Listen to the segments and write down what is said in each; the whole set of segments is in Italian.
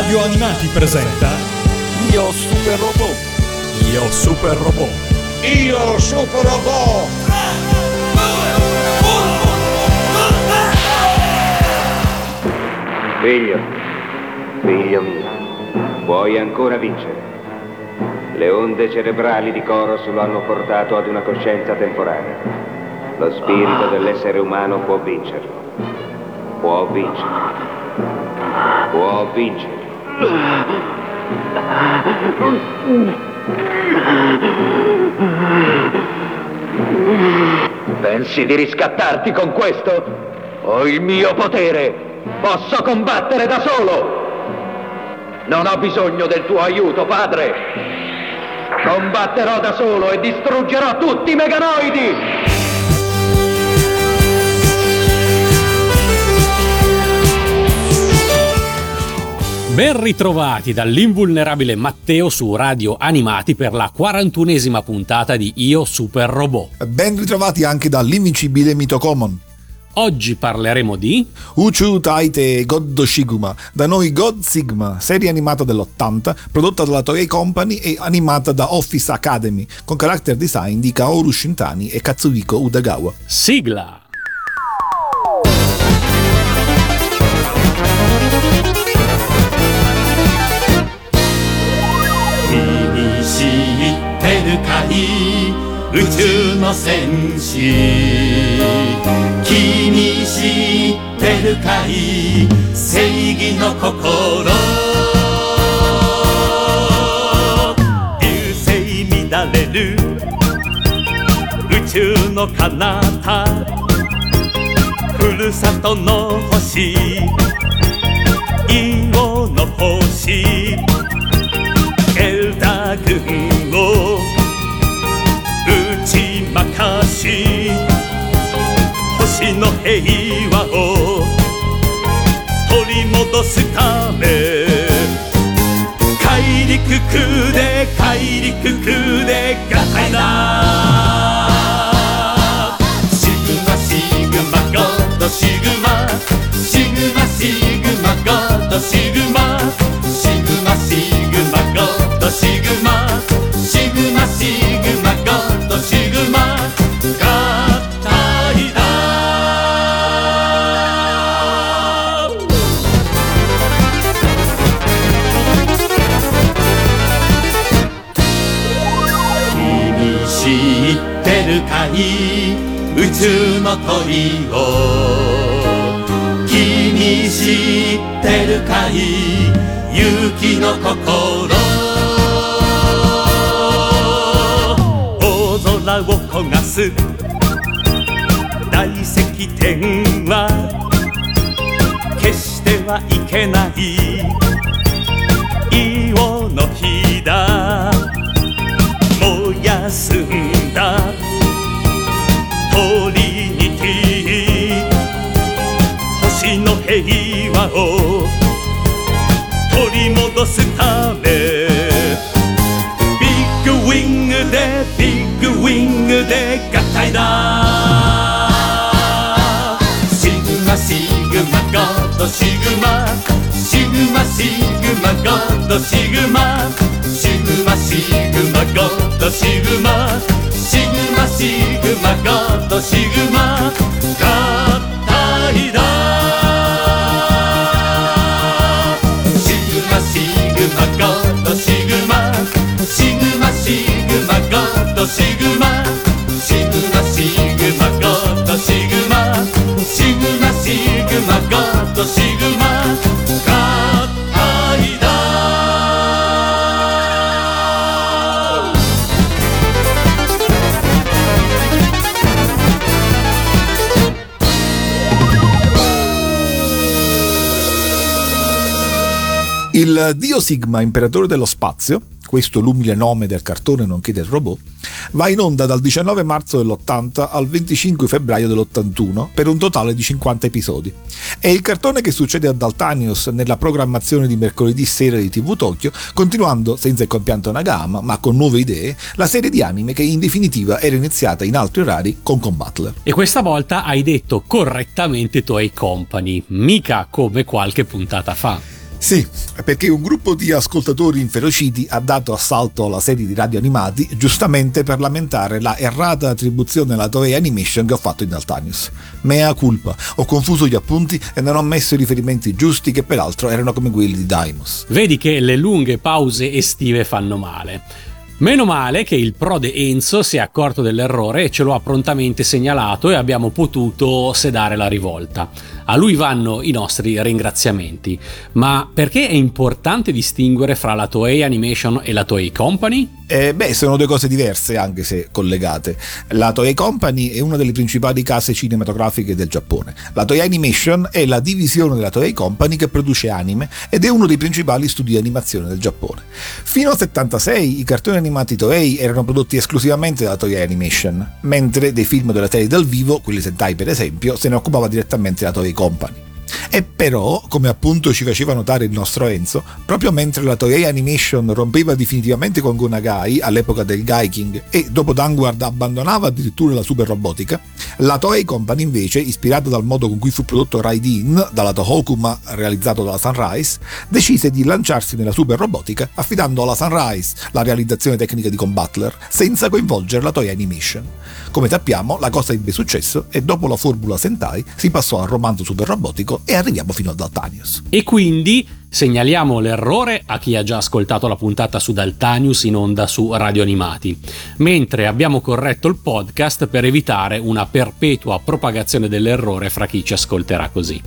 Radio Animati presenta Io Super Robot. Io Super Robot. Io Super Robot. Figlio mio, puoi ancora vincere. Le onde cerebrali di Koros lo hanno portato ad una coscienza temporanea. Lo spirito dell'essere umano può vincerlo. Può vincere. Può vincere. Pensi di riscattarti con questo? Ho il mio potere! Posso combattere da solo! Non ho bisogno del tuo aiuto, padre! Combatterò da solo e distruggerò tutti i meganoidi! Ben ritrovati dall'invulnerabile Matteo su Radio Animati per la 41esima puntata di Io Super Robot. Ben ritrovati anche dall'invincibile Mito Common. Oggi parleremo di Uchu Taite God Shiguma, da noi God Sigma, serie animata dell'80, prodotta dalla Toei Company e animata da Office Academy, con character design di Kaoru Shintani e Katsuhiko Udagawa. Sigla! Il dio Sigma, imperatore dello spazio, questo l'umile nome del cartone nonché del robot, va in onda dal 19 marzo dell'80 al 25 febbraio dell'81 per un totale di 50 episodi. È il cartone che succede a Daltanius nella programmazione di mercoledì sera di TV Tokyo, continuando, senza il compianto Nagahama, ma con nuove idee, la serie di anime che in definitiva era iniziata in altri orari con Combatler. E questa volta hai detto correttamente Toei Company, mica come qualche puntata fa. Sì, perché un gruppo di ascoltatori inferociti ha dato assalto alla serie di radio animati giustamente per lamentare la errata attribuzione alla Toei Animation che ho fatto in Daltanius. Mea culpa, ho confuso gli appunti e non ho messo i riferimenti giusti che peraltro erano come quelli di Daimos. Vedi che le lunghe pause estive fanno male. Meno male che il prode Enzo si è accorto dell'errore e ce lo ha prontamente segnalato e abbiamo potuto sedare la rivolta. A lui vanno i nostri ringraziamenti. Ma perché è importante distinguere fra la Toei Animation e la Toei Company? Sono due cose diverse anche se collegate. La Toei Company è una delle principali case cinematografiche del Giappone. La Toei Animation è la divisione della Toei Company che produce anime ed è uno dei principali studi di animazione del Giappone. Fino al 76 i cartoni animati Toei erano prodotti esclusivamente dalla Toei Animation, mentre dei film della serie dal vivo, quelli Sentai per esempio, se ne occupava direttamente la Toei Company. E però, come appunto ci faceva notare il nostro Enzo, proprio mentre la Toei Animation rompeva definitivamente con Go Nagai all'epoca del Gaiking e dopo Vanguard abbandonava addirittura la super robotica, la Toei Company invece, ispirata dal modo con cui fu prodotto Raiden dalla Tohoku realizzato dalla Sunrise, decise di lanciarsi nella super robotica affidando alla Sunrise la realizzazione tecnica di Combattler senza coinvolgere la Toei Animation. Come sappiamo, la cosa ebbe successo e dopo la formula Sentai si passò al romanzo super robotico e arriviamo fino a Daltanius. E quindi segnaliamo l'errore a chi ha già ascoltato la puntata su Daltanius in onda su Radio Animati, mentre abbiamo corretto il podcast per evitare una perpetua propagazione dell'errore fra chi ci ascolterà così.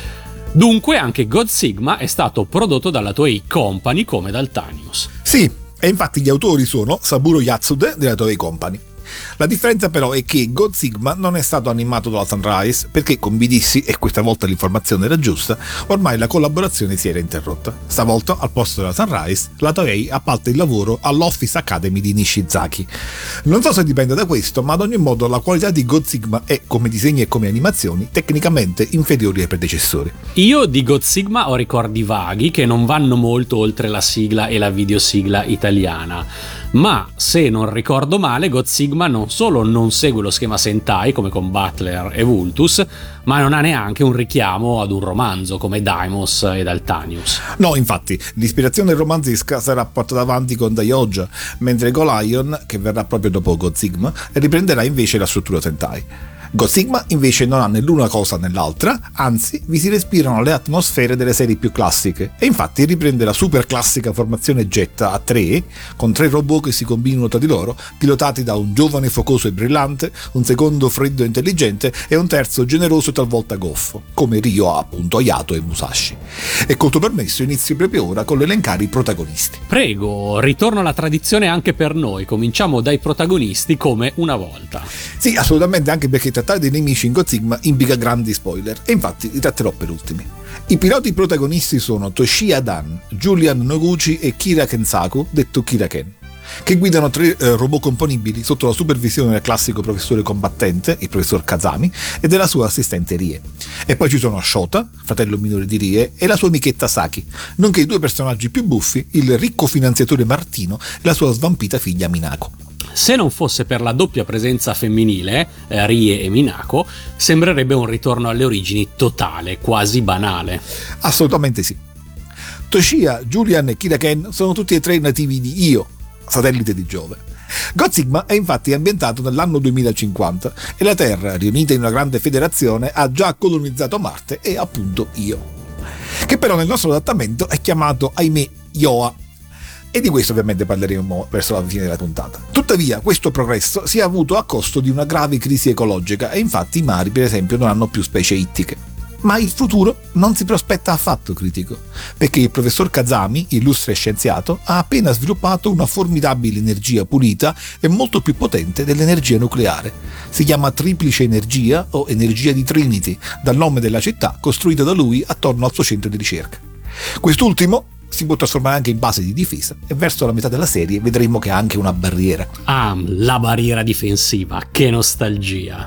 Dunque anche God Sigma è stato prodotto dalla Toei Company come Daltanius. Sì, e infatti gli autori sono Saburo Yatsude della Toei Company. La differenza però è che God Sigma non è stato animato dalla Sunrise perché, come vi dissi, e questa volta l'informazione era giusta, ormai la collaborazione si era interrotta. Stavolta, al posto della Sunrise, la Toei appalta il lavoro all'Office Academy di Nishizaki. Non so se dipende da questo, ma ad ogni modo la qualità di God Sigma è, come disegni e come animazioni, tecnicamente inferiore ai predecessori. Io di God Sigma ho ricordi vaghi che non vanno molto oltre la sigla e la videosigla italiana. Ma se non ricordo male, God Sigma non solo non segue lo schema Sentai come con Butler e Vultus, ma non ha neanche un richiamo ad un romanzo come Daimos e Daltanius. No, infatti, l'ispirazione romanzesca sarà portata avanti con Daioja, mentre Go Lion, che verrà proprio dopo God Sigma, riprenderà invece la struttura Sentai. God Sigma invece non ha né l'una cosa né l'altra, anzi vi si respirano le atmosfere delle serie più classiche e infatti riprende la super classica formazione Jet a 3, con 3 robot che si combinano tra di loro, pilotati da un giovane focoso e brillante, un secondo freddo e intelligente e un terzo generoso e talvolta goffo, come Ryo ha appunto Hayato e Musashi. E col tuo permesso inizio proprio ora con l'elencare i protagonisti. Prego, ritorno alla tradizione anche per noi, cominciamo dai protagonisti come una volta. Sì, assolutamente, anche perché trattare dei nemici in God Sigma implica grandi spoiler e infatti li tratterò per ultimi. I piloti protagonisti sono Toshiya Dan, Julian Noguchi e Kira Kensaku, detto Kira Ken, che guidano 3 robot componibili sotto la supervisione del classico professore combattente, il professor Kazami, e della sua assistente Rie. E poi ci sono Shota, fratello minore di Rie, e la sua amichetta Saki, nonché i 2 personaggi più buffi, il ricco finanziatore Martino e la sua svampita figlia Minako. Se non fosse per la doppia presenza femminile, Rie e Minako, sembrerebbe un ritorno alle origini totale, quasi banale. Assolutamente sì. Toshiya, Julian e Kira Ken sono tutti e 3 nativi di Io, satellite di Giove. God Sigma è infatti ambientato nell'anno 2050 e la Terra, riunita in una grande federazione, ha già colonizzato Marte e appunto Io, che però nel nostro adattamento è chiamato, ahimè, Ioa. E di questo ovviamente parleremo verso la fine della puntata. Tuttavia questo progresso si è avuto a costo di una grave crisi ecologica e infatti i mari per esempio non hanno più specie ittiche. Ma il futuro non si prospetta affatto critico, perché il professor Kazami, illustre scienziato, ha appena sviluppato una formidabile energia pulita e molto più potente dell'energia nucleare. Si chiama triplice energia o energia di Trinity, dal nome della città costruita da lui attorno al suo centro di ricerca. Quest'ultimo si può trasformare anche in base di difesa e verso la metà della serie vedremo che ha anche una barriera. Ah, la barriera difensiva, che nostalgia!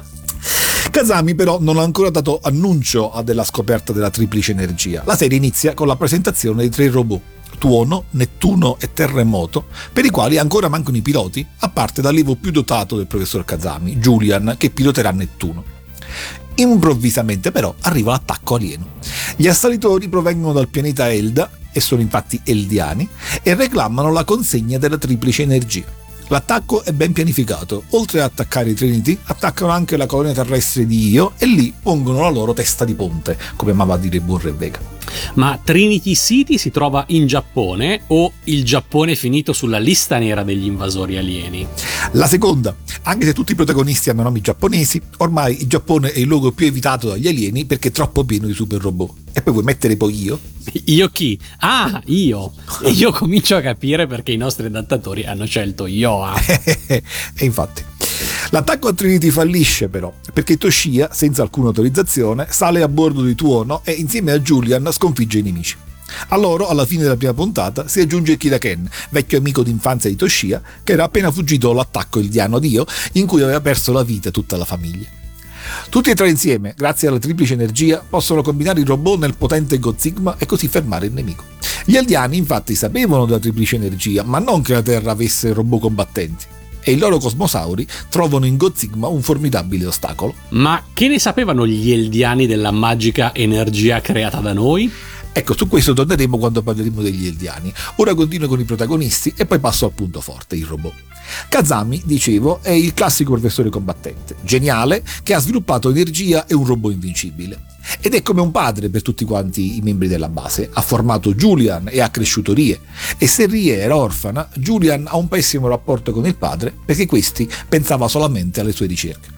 Kazami però non ha ancora dato annuncio della scoperta della triplice energia. La serie inizia con la presentazione di 3 robot, Tuono, Nettuno e Terremoto, per i quali ancora mancano i piloti, a parte l'allievo più dotato del professor Kazami, Julian, che piloterà Nettuno. Improvvisamente però arriva l'attacco alieno. Gli assalitori provengono dal pianeta Elda e sono infatti eldiani, e reclamano la consegna della triplice energia. L'attacco è ben pianificato. Oltre ad attaccare i Trinity, attaccano anche la colonia terrestre di Io e lì pongono la loro testa di ponte, come amava dire il buon Re Vega. Ma Trinity City si trova in Giappone o il Giappone è finito sulla lista nera degli invasori alieni? La seconda, anche se tutti i protagonisti hanno nomi giapponesi, ormai il Giappone è il luogo più evitato dagli alieni perché è troppo pieno di super robot. E poi vuoi mettere poi Io? Io chi? Ah, io! E io comincio a capire perché i nostri adattatori hanno scelto Yoa. E infatti. L'attacco a Trinity fallisce però, perché Toshiya, senza alcuna autorizzazione, sale a bordo di Tuono e insieme a Julian sconfigge i nemici. A loro, alla fine della prima puntata, si aggiunge Kira Ken, vecchio amico d'infanzia di Toshiya, che era appena fuggito dall'attacco eldiano di Io, in cui aveva perso la vita tutta la famiglia. Tutti e tre insieme, grazie alla triplice energia, possono combinare i robot nel potente God Sigma e così fermare il nemico. Gli eldiani infatti sapevano della triplice energia, ma non che la Terra avesse robot combattenti. E i loro cosmosauri trovano in God Sigma un formidabile ostacolo. Ma che ne sapevano gli eldiani della magica energia creata da noi? Ecco, su questo torneremo quando parleremo degli eldiani. Ora continuo con i protagonisti e poi passo al punto forte, il robot. Kazami, dicevo, è il classico professore combattente, geniale, che ha sviluppato energia e un robot invincibile. Ed è come un padre per tutti quanti i membri della base. Ha formato Julian e ha cresciuto Rie. E se Rie era orfana, Julian ha un pessimo rapporto con il padre perché questi pensava solamente alle sue ricerche.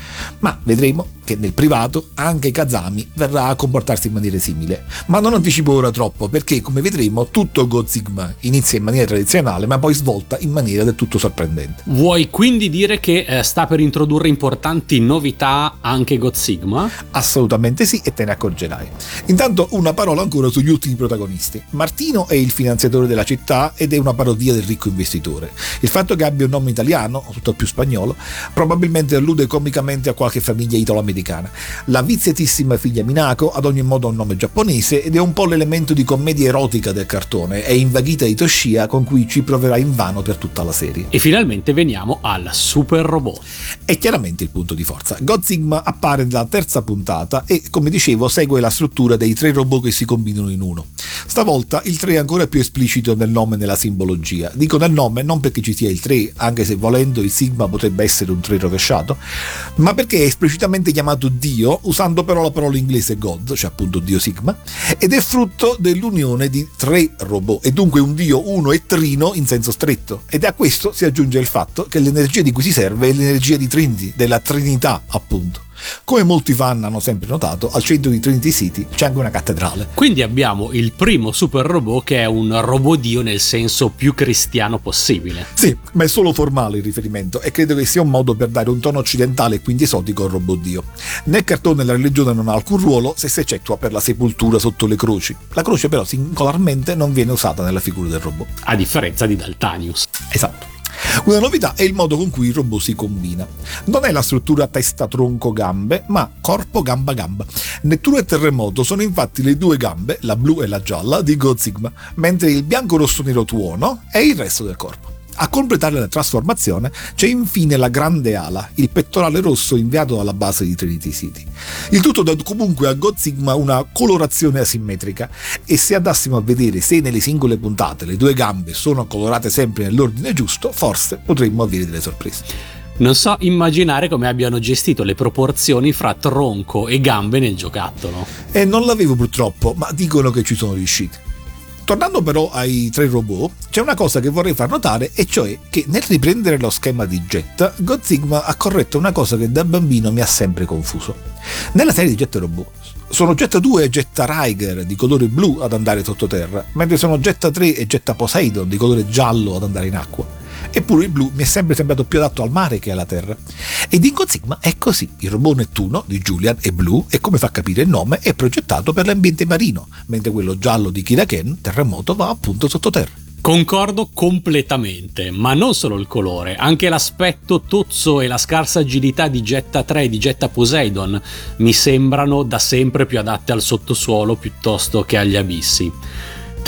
Ma vedremo che nel privato anche Kazami verrà a comportarsi in maniera simile. Ma non anticipo ora troppo perché, come vedremo, tutto God Sigma inizia in maniera tradizionale ma poi svolta in maniera del tutto sorprendente. Vuoi quindi dire che sta per introdurre importanti novità anche God Sigma? Assolutamente sì, e te ne accorgerai. Intanto una parola ancora sugli ultimi protagonisti. Martino è il finanziatore della città ed è una parodia del ricco investitore. Il fatto che abbia un nome italiano, tutto più spagnolo, probabilmente allude comicamente a qualche famiglia italo-americana. La viziatissima figlia Minako ad ogni modo ha un nome giapponese ed è un po' l'elemento di commedia erotica del cartone, è invaghita di Toshiya con cui ci proverà invano per tutta la serie. E finalmente veniamo al super robot. È chiaramente il punto di forza. God Sigma appare nella terza puntata e, come dicevo, segue la struttura dei tre robot che si combinano in uno. Stavolta il 3 è ancora più esplicito nel nome e nella simbologia. Dico nel nome non perché ci sia il 3, anche se volendo il Sigma potrebbe essere un 3 rovesciato, ma perché è esplicitamente chiamato Dio, usando però la parola inglese God, cioè appunto Dio Sigma, ed è frutto dell'unione di tre robot, e dunque un Dio uno e trino in senso stretto. Ed a questo si aggiunge il fatto che l'energia di cui si serve è l'energia di Trinity, della Trinità appunto. Come molti fan hanno sempre notato, al centro di Trinity City c'è anche una cattedrale. Quindi abbiamo il primo super robot che è un robot dio nel senso più cristiano possibile. Sì, ma è solo formale il riferimento e credo che sia un modo per dare un tono occidentale e quindi esotico al robot dio. Nel cartone la religione non ha alcun ruolo se si eccettua per la sepoltura sotto le croci. La croce però singolarmente non viene usata nella figura del robot. A differenza di Daltanius. Esatto. Una novità è il modo con cui il robot si combina. Non è la struttura testa-tronco-gambe, ma corpo-gamba-gamba. Nettuno e Terremoto sono infatti le due gambe, la blu e la gialla, di God Sigma, mentre il bianco-rosso-nero Tuono è il resto del corpo. A completare la trasformazione c'è infine la grande ala, il pettorale rosso inviato dalla base di Trinity City. Il tutto dà comunque a God Sigma una colorazione asimmetrica, e se andassimo a vedere se nelle singole puntate le due gambe sono colorate sempre nell'ordine giusto, forse potremmo avere delle sorprese. Non so immaginare come abbiano gestito le proporzioni fra tronco e gambe nel giocattolo. E non l'avevo purtroppo, ma dicono che ci sono riusciti. Tornando però ai tre robot, c'è una cosa che vorrei far notare, e cioè che nel riprendere lo schema di Jet, God Sigma ha corretto una cosa che da bambino mi ha sempre confuso. Nella serie di Jet Robot sono Jet 2 e Jet Riker di colore blu ad andare sottoterra, mentre sono Jet 3 e Jet Poseidon di colore giallo ad andare in acqua. Eppure il blu mi è sempre sembrato più adatto al mare che alla terra. Ed in God Sigma è così. Il robot Nettuno di Julian è blu e, come fa capire il nome, è progettato per l'ambiente marino, mentre quello giallo di Kira Ken, Terremoto, va appunto sottoterra. Concordo completamente, ma non solo il colore, anche l'aspetto tozzo e la scarsa agilità di Jetta 3 e di Jetta Poseidon mi sembrano da sempre più adatte al sottosuolo piuttosto che agli abissi.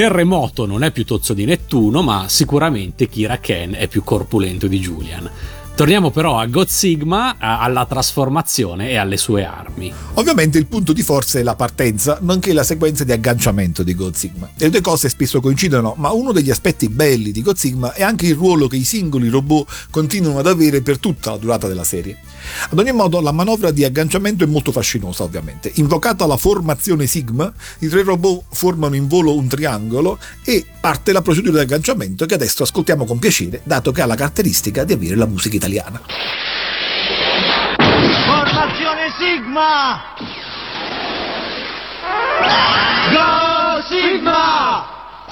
Terremoto non è più tozzo di Nettuno, ma sicuramente Kira Ken è più corpulento di Julian. Torniamo però a God Sigma, alla trasformazione e alle sue armi. Ovviamente il punto di forza è la partenza, nonché la sequenza di agganciamento di God Sigma. Le due cose spesso coincidono, ma uno degli aspetti belli di God Sigma è anche il ruolo che i singoli robot continuano ad avere per tutta la durata della serie. Ad ogni modo, la manovra di agganciamento è molto fascinosa, ovviamente. Invocata la formazione Sigma, i tre robot formano in volo un triangolo e parte la procedura di agganciamento che adesso ascoltiamo con piacere, dato che ha la caratteristica di avere la musica italiana. Formazione Sigma! Go Sigma!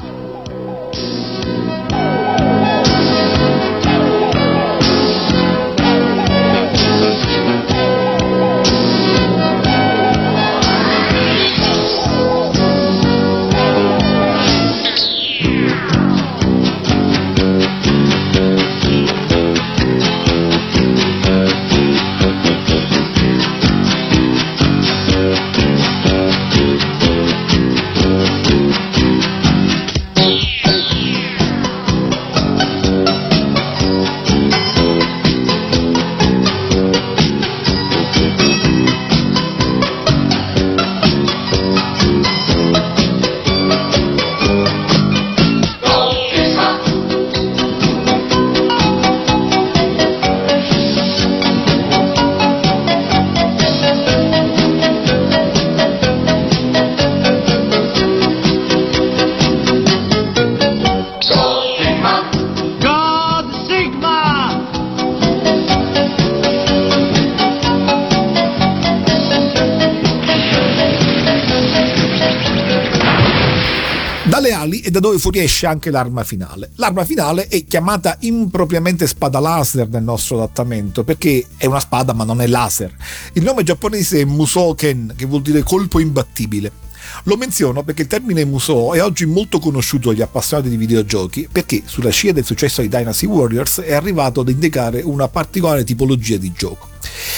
Dalle ali è da dove fuoriesce anche l'arma finale. L'arma finale è chiamata impropriamente spada laser nel nostro adattamento, perché è una spada ma non è laser. Il nome giapponese è Musou-ken, che vuol dire colpo imbattibile. Lo menziono perché il termine Musou è oggi molto conosciuto agli appassionati di videogiochi, perché sulla scia del successo di Dynasty Warriors è arrivato ad indicare una particolare tipologia di gioco.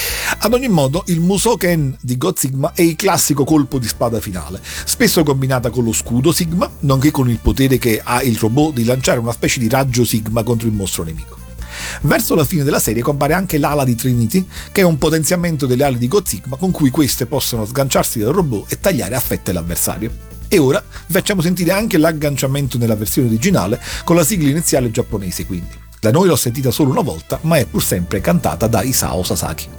Ad ogni modo, il Musou-ken di God Sigma è il classico colpo di spada finale, spesso combinata con lo scudo Sigma, nonché con il potere che ha il robot di lanciare una specie di raggio Sigma contro il mostro nemico. Verso la fine della serie compare anche l'ala di Trinity, che è un potenziamento delle ali di God Sigma con cui queste possono sganciarsi dal robot e tagliare a fette l'avversario. E ora vi facciamo sentire anche l'agganciamento nella versione originale con la sigla iniziale giapponese, quindi. Da noi l'ho sentita solo una volta, ma è pur sempre cantata da Isao Sasaki.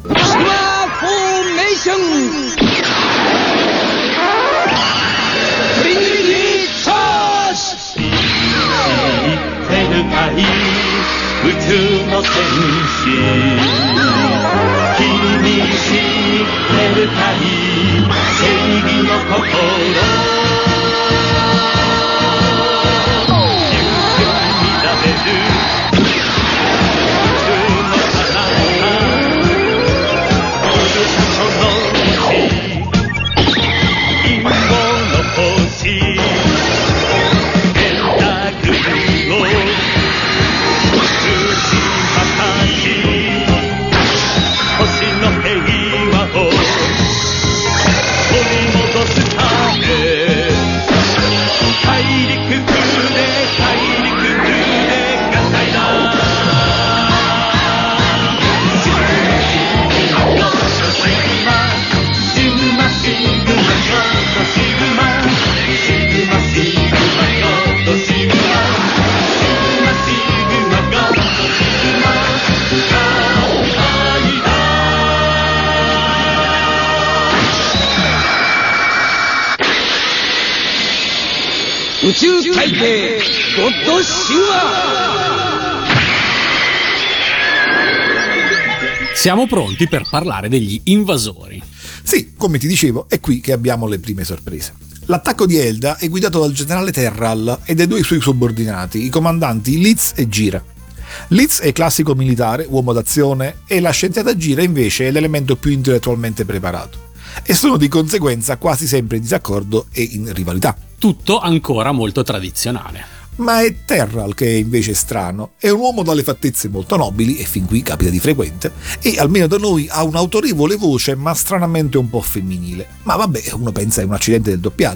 Siamo pronti per parlare degli invasori. Sì, come ti dicevo, è qui che abbiamo le prime sorprese. L'attacco di Elda è guidato dal generale Terral e dai due suoi subordinati, i comandanti Liz e Gira. Liz è classico militare, uomo d'azione, e la scienziata Gira invece è l'elemento più intellettualmente preparato. E sono di conseguenza quasi sempre in disaccordo e in rivalità. Tutto ancora molto tradizionale. Ma è Terral che è invece strano, è un uomo dalle fattezze molto nobili, e fin qui capita di frequente, e almeno da noi ha un'autorevole voce ma stranamente un po' femminile. Ma vabbè, uno pensa è un accidente del doppiaggio.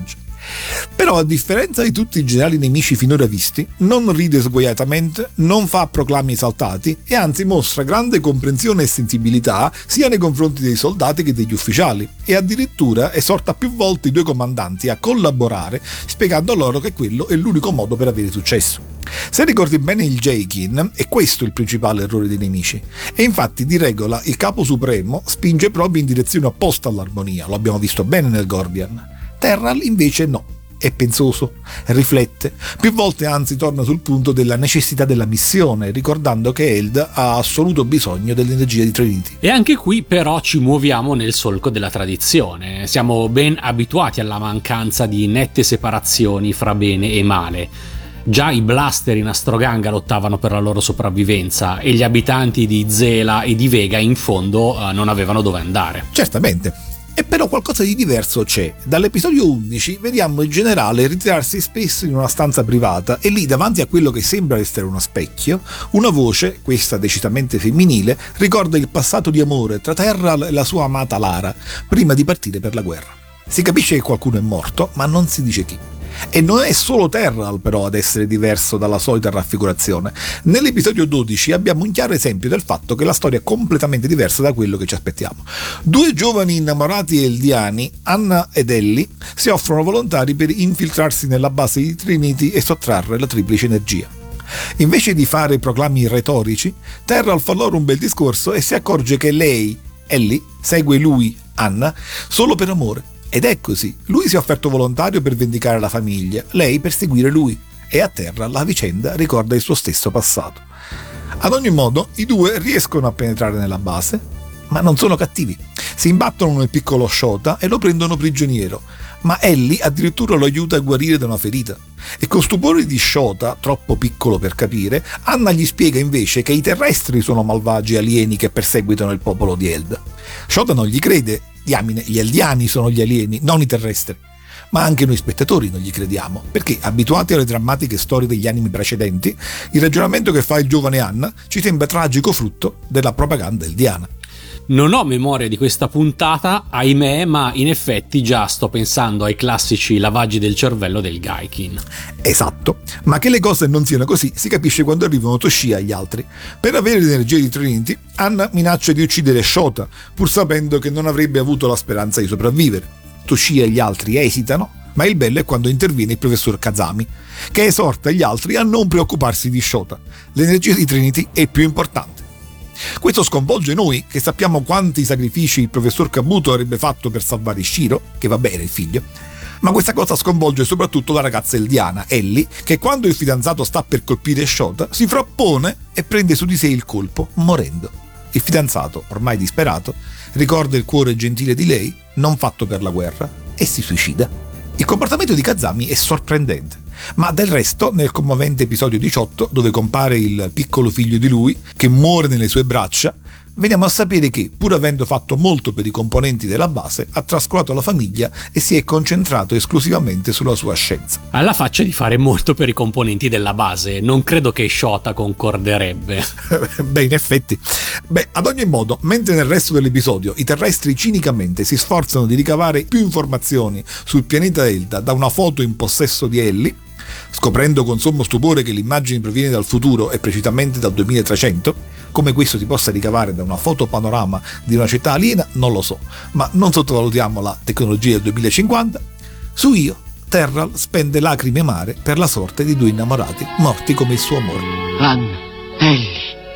Però, a differenza di tutti i generali nemici finora visti, non ride sguaiatamente, non fa proclami esaltati e anzi mostra grande comprensione e sensibilità sia nei confronti dei soldati che degli ufficiali, e addirittura esorta più volte i due comandanti a collaborare, spiegando loro che quello è l'unico modo per avere successo. Se ricordi bene il Jaikin, è questo il principale errore dei nemici, e infatti di regola il capo supremo spinge proprio in direzione opposta all'armonia, lo abbiamo visto bene nel Gordian. Terral invece no, è pensoso, riflette, più volte anzi torna sul punto della necessità della missione, ricordando che Eld ha assoluto bisogno dell'energia di Trinity. E anche qui però ci muoviamo nel solco della tradizione, siamo ben abituati alla mancanza di nette separazioni fra bene e male. Già i blaster in Astroganga lottavano per la loro sopravvivenza e gli abitanti di Zela e di Vega in fondo non avevano dove andare. Certamente. E però qualcosa di diverso c'è. Dall'episodio 11 vediamo il generale ritirarsi spesso in una stanza privata e lì, davanti a quello che sembra essere uno specchio, una voce, questa decisamente femminile, ricorda il passato di amore tra Terral e la sua amata Lara, prima di partire per la guerra. Si capisce che qualcuno è morto, ma non si dice chi. E non è solo Terral però ad essere diverso dalla solita raffigurazione. Nell'episodio 12 abbiamo un chiaro esempio del fatto che la storia è completamente diversa da quello che ci aspettiamo. Due giovani innamorati eldiani, Anna ed Ellie, si offrono volontari per infiltrarsi nella base di Trinity e sottrarre la triplice energia. Invece di fare proclami retorici, Terral fa loro un bel discorso e si accorge che lei, Ellie, segue lui, Anna, solo per amore. Ed è così, lui si è offerto volontario per vendicare la famiglia, lei per seguire lui, e a Terra la vicenda ricorda il suo stesso passato. Ad ogni modo, i due riescono a penetrare nella base, ma non sono cattivi. Si imbattono nel piccolo Shota e lo prendono prigioniero, ma Ellie addirittura lo aiuta a guarire da una ferita. E con stupore di Shota, troppo piccolo per capire, Anna gli spiega invece che i terrestri sono malvagi alieni che perseguitano il popolo di Eld. Shota non gli crede. Diamine, gli eldiani sono gli alieni, non i terrestri. Ma anche noi spettatori non gli crediamo, perché abituati alle drammatiche storie degli animi precedenti, il ragionamento che fa il giovane Anna ci sembra tragico frutto della propaganda eldiana. Non ho memoria di questa puntata, ahimè, ma in effetti già sto pensando ai classici lavaggi del cervello del Gaikin. Esatto, ma che le cose non siano così si capisce quando arrivano Toshia e gli altri. Per avere l'energia di Trinity, Anna minaccia di uccidere Shota, pur sapendo che non avrebbe avuto la speranza di sopravvivere. Toshia e gli altri esitano, ma il bello è quando interviene il professor Kazami, che esorta gli altri a non preoccuparsi di Shota. L'energia di Trinity è più importante. Questo sconvolge noi, che sappiamo quanti sacrifici il professor Kabuto avrebbe fatto per salvare Shiro, che va bene il figlio, ma questa cosa sconvolge soprattutto la ragazza eldiana, Ellie, che quando il fidanzato sta per colpire Shota si frappone e prende su di sé il colpo, morendo. Il fidanzato, ormai disperato, ricorda il cuore gentile di lei, non fatto per la guerra, e si suicida. Il comportamento di Kazami è sorprendente, ma del resto nel commovente episodio 18, dove compare il piccolo figlio di lui che muore nelle sue braccia, veniamo a sapere che, pur avendo fatto molto per i componenti della base, ha trascurato la famiglia e si è concentrato esclusivamente sulla sua scienza. Alla faccia di fare molto per i componenti della base, non credo che Shota concorderebbe. Beh, in effetti. Ad ogni modo, mentre nel resto dell'episodio i terrestri cinicamente si sforzano di ricavare più informazioni sul pianeta Elda da una foto in possesso di Ellie, scoprendo con sommo stupore che l'immagine proviene dal futuro e precisamente dal 2300, come questo si possa ricavare da una fotopanorama di una città aliena non lo so, ma non sottovalutiamo la tecnologia del 2050. Su Io, Terral spende lacrime amare per la sorte di due innamorati morti come il suo amore. Anna, Ellie.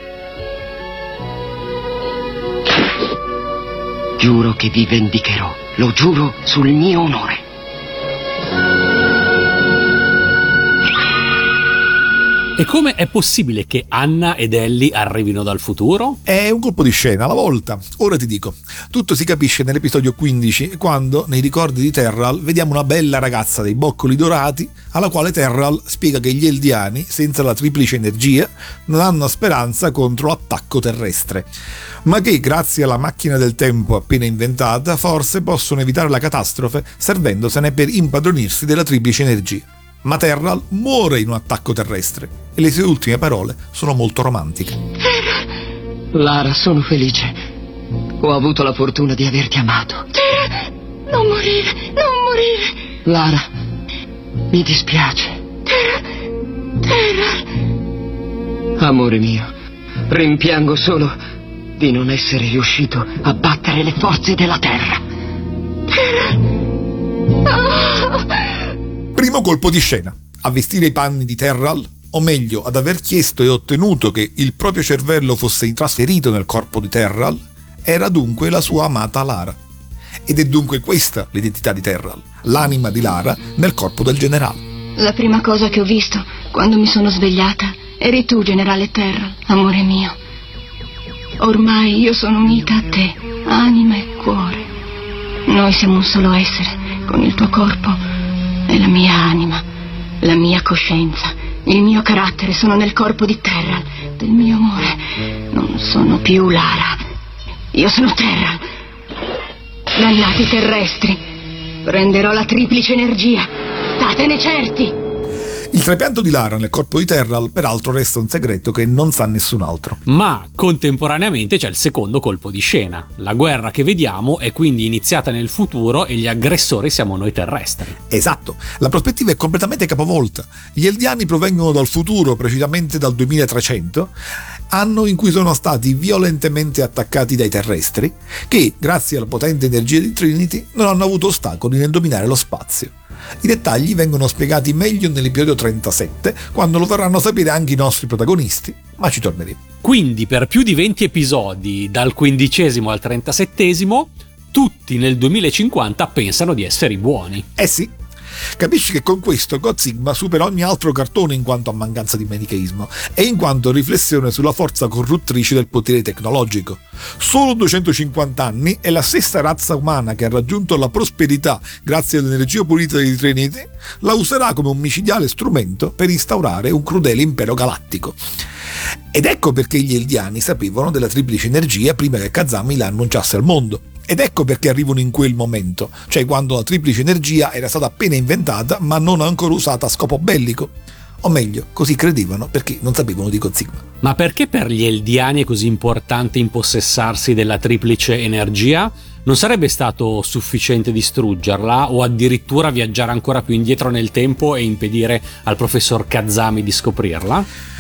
Giuro che vi vendicherò, lo giuro sul mio onore. E come è possibile che Anna ed Ellie arrivino dal futuro? È un colpo di scena alla volta. Ora ti dico, tutto si capisce nell'episodio 15, quando, nei ricordi di Terral, vediamo una bella ragazza dei boccoli dorati, alla quale Terral spiega che gli eldiani, senza la triplice energia, non hanno speranza contro l'attacco terrestre, ma che, grazie alla macchina del tempo appena inventata, forse possono evitare la catastrofe servendosene per impadronirsi della triplice energia. Ma Terral muore in un attacco terrestre e le sue ultime parole sono molto romantiche. Lara, sono felice. Ho avuto la fortuna di averti amato. Non morire, non morire. Lara, Mi dispiace. Terra. Amore mio, rimpiango solo di non essere riuscito a battere le forze della Terra. Primo colpo di scena. A vestire i panni di Terral, o meglio, ad aver chiesto e ottenuto che il proprio cervello fosse trasferito nel corpo di Terral, era dunque la sua amata Lara. Ed è dunque questa l'identità di Terral, l'anima di Lara nel corpo del generale. La prima cosa che ho visto quando mi sono svegliata eri tu, generale Terral, amore mio. Ormai io sono unita a te, anima e cuore. Noi siamo un solo essere, con il tuo corpo e la mia anima, la mia coscienza, il mio carattere sono nel corpo di Terral, del mio amore. Non sono più Lara, io sono Terral. Dannati terrestri, prenderò la triplice energia, statene certi. Il trapianto di Lara nel corpo di Terral peraltro resta un segreto che non sa nessun altro. Ma contemporaneamente c'è il secondo colpo di scena. La guerra che vediamo è quindi iniziata nel futuro e gli aggressori siamo noi terrestri. Esatto, la prospettiva è completamente capovolta. Gli Eldiani provengono dal futuro, precisamente dal 2300, anno in cui sono stati violentemente attaccati dai terrestri, che, grazie alla potente energia di Trinity, non hanno avuto ostacoli nel dominare lo spazio. I dettagli vengono spiegati meglio nell'episodio 37, quando lo vorranno sapere anche i nostri protagonisti, ma ci torneremo. Quindi per più di 20 episodi, dal 15° al 37°, tutti nel 2050 pensano di essere i buoni. Eh sì, capisci che con questo God Sigma supera ogni altro cartone in quanto a mancanza di manicheismo e in quanto a riflessione sulla forza corruttrice del potere tecnologico. Solo 250 anni e la stessa razza umana che ha raggiunto la prosperità grazie all'energia pulita di Trinity la userà come un micidiale strumento per instaurare un crudele impero galattico. Ed ecco perché gli Eldiani sapevano della triplice energia prima che Kazami la annunciasse al mondo. Ed ecco perché arrivano in quel momento, cioè quando la triplice energia era stata appena inventata ma non ancora usata a scopo bellico. O meglio, così credevano perché non sapevano di God Sigma. Ma perché per gli Eldiani è così importante impossessarsi della triplice energia? Non sarebbe stato sufficiente distruggerla o addirittura viaggiare ancora più indietro nel tempo e impedire al professor Kazami di scoprirla?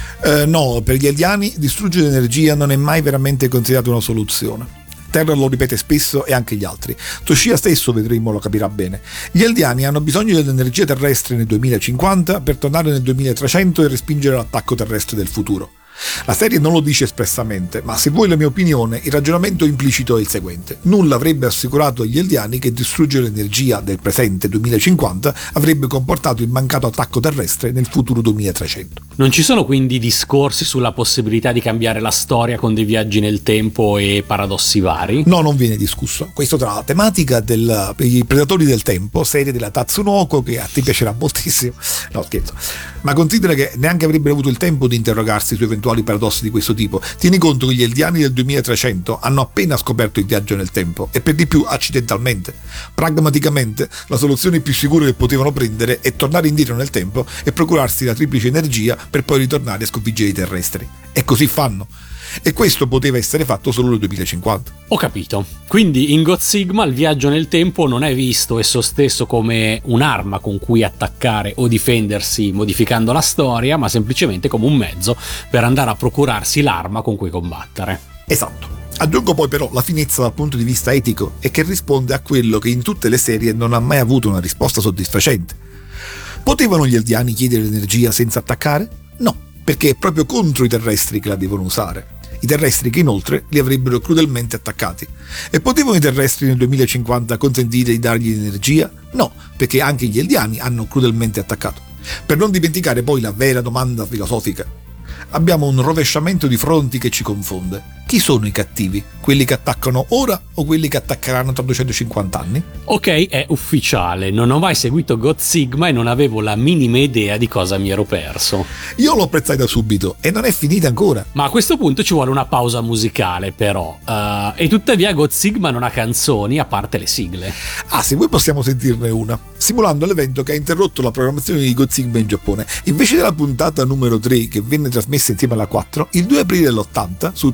No, per gli Eldiani distruggere l'energia non è mai veramente considerata una soluzione. Terra lo ripete spesso e anche gli altri. Toshia stesso, vedremo, lo capirà bene. Gli Eldiani hanno bisogno dell'energia terrestre nel 2050 per tornare nel 2300 e respingere l'attacco terrestre del futuro. La serie non lo dice espressamente, ma se vuoi la mia opinione, il ragionamento implicito è il seguente. Nulla avrebbe assicurato agli Eldiani che distruggere l'energia del presente 2050 avrebbe comportato il mancato attacco terrestre nel futuro 2300. Non ci sono quindi discorsi sulla possibilità di cambiare la storia con dei viaggi nel tempo e paradossi vari? No, non viene discusso. Questo tra la tematica dei Predatori del Tempo, serie della Tatsunoko, che a te piacerà moltissimo. No, scherzo. Ma considera che neanche avrebbero avuto il tempo di interrogarsi su eventuali paradossi di questo tipo. Tieni conto che gli Eldiani del 2300 hanno appena scoperto il viaggio nel tempo e per di più accidentalmente. Pragmaticamente la soluzione più sicura che potevano prendere è tornare indietro nel tempo e procurarsi la triplice energia per poi ritornare a sconfiggere i terrestri. E così fanno. E questo poteva essere fatto solo nel 2050. Ho capito. Quindi in God Sigma il viaggio nel tempo non è visto esso stesso come un'arma con cui attaccare o difendersi modificando la storia, ma semplicemente come un mezzo per andare a procurarsi l'arma con cui combattere. Esatto. Aggiungo poi però la finezza dal punto di vista etico e che risponde a quello che in tutte le serie non ha mai avuto una risposta soddisfacente. Potevano gli Eldiani chiedere l'energia senza attaccare? No, perché è proprio contro i terrestri che la devono usare. I terrestri che inoltre li avrebbero crudelmente attaccati. E potevano i terrestri nel 2050 consentire di dargli l'energia? No, perché anche gli Eldiani hanno crudelmente attaccato. Per non dimenticare poi la vera domanda filosofica. Abbiamo un rovesciamento di fronti che ci confonde. Chi sono i cattivi? Quelli che attaccano ora o quelli che attaccheranno tra 250 anni? Ok, è ufficiale, non ho mai seguito God Sigma e non avevo la minima idea di cosa mi ero perso. Io lo apprezzai da subito e non è finita ancora. Ma a questo punto ci vuole una pausa musicale però, e tuttavia God Sigma non ha canzoni a parte le sigle. Ah, se vuoi possiamo sentirne una, simulando l'evento che ha interrotto la programmazione di God Sigma in Giappone. Invece della puntata numero 3 che venne trasmessa insieme alla 4, il 2 aprile dell'80 su TV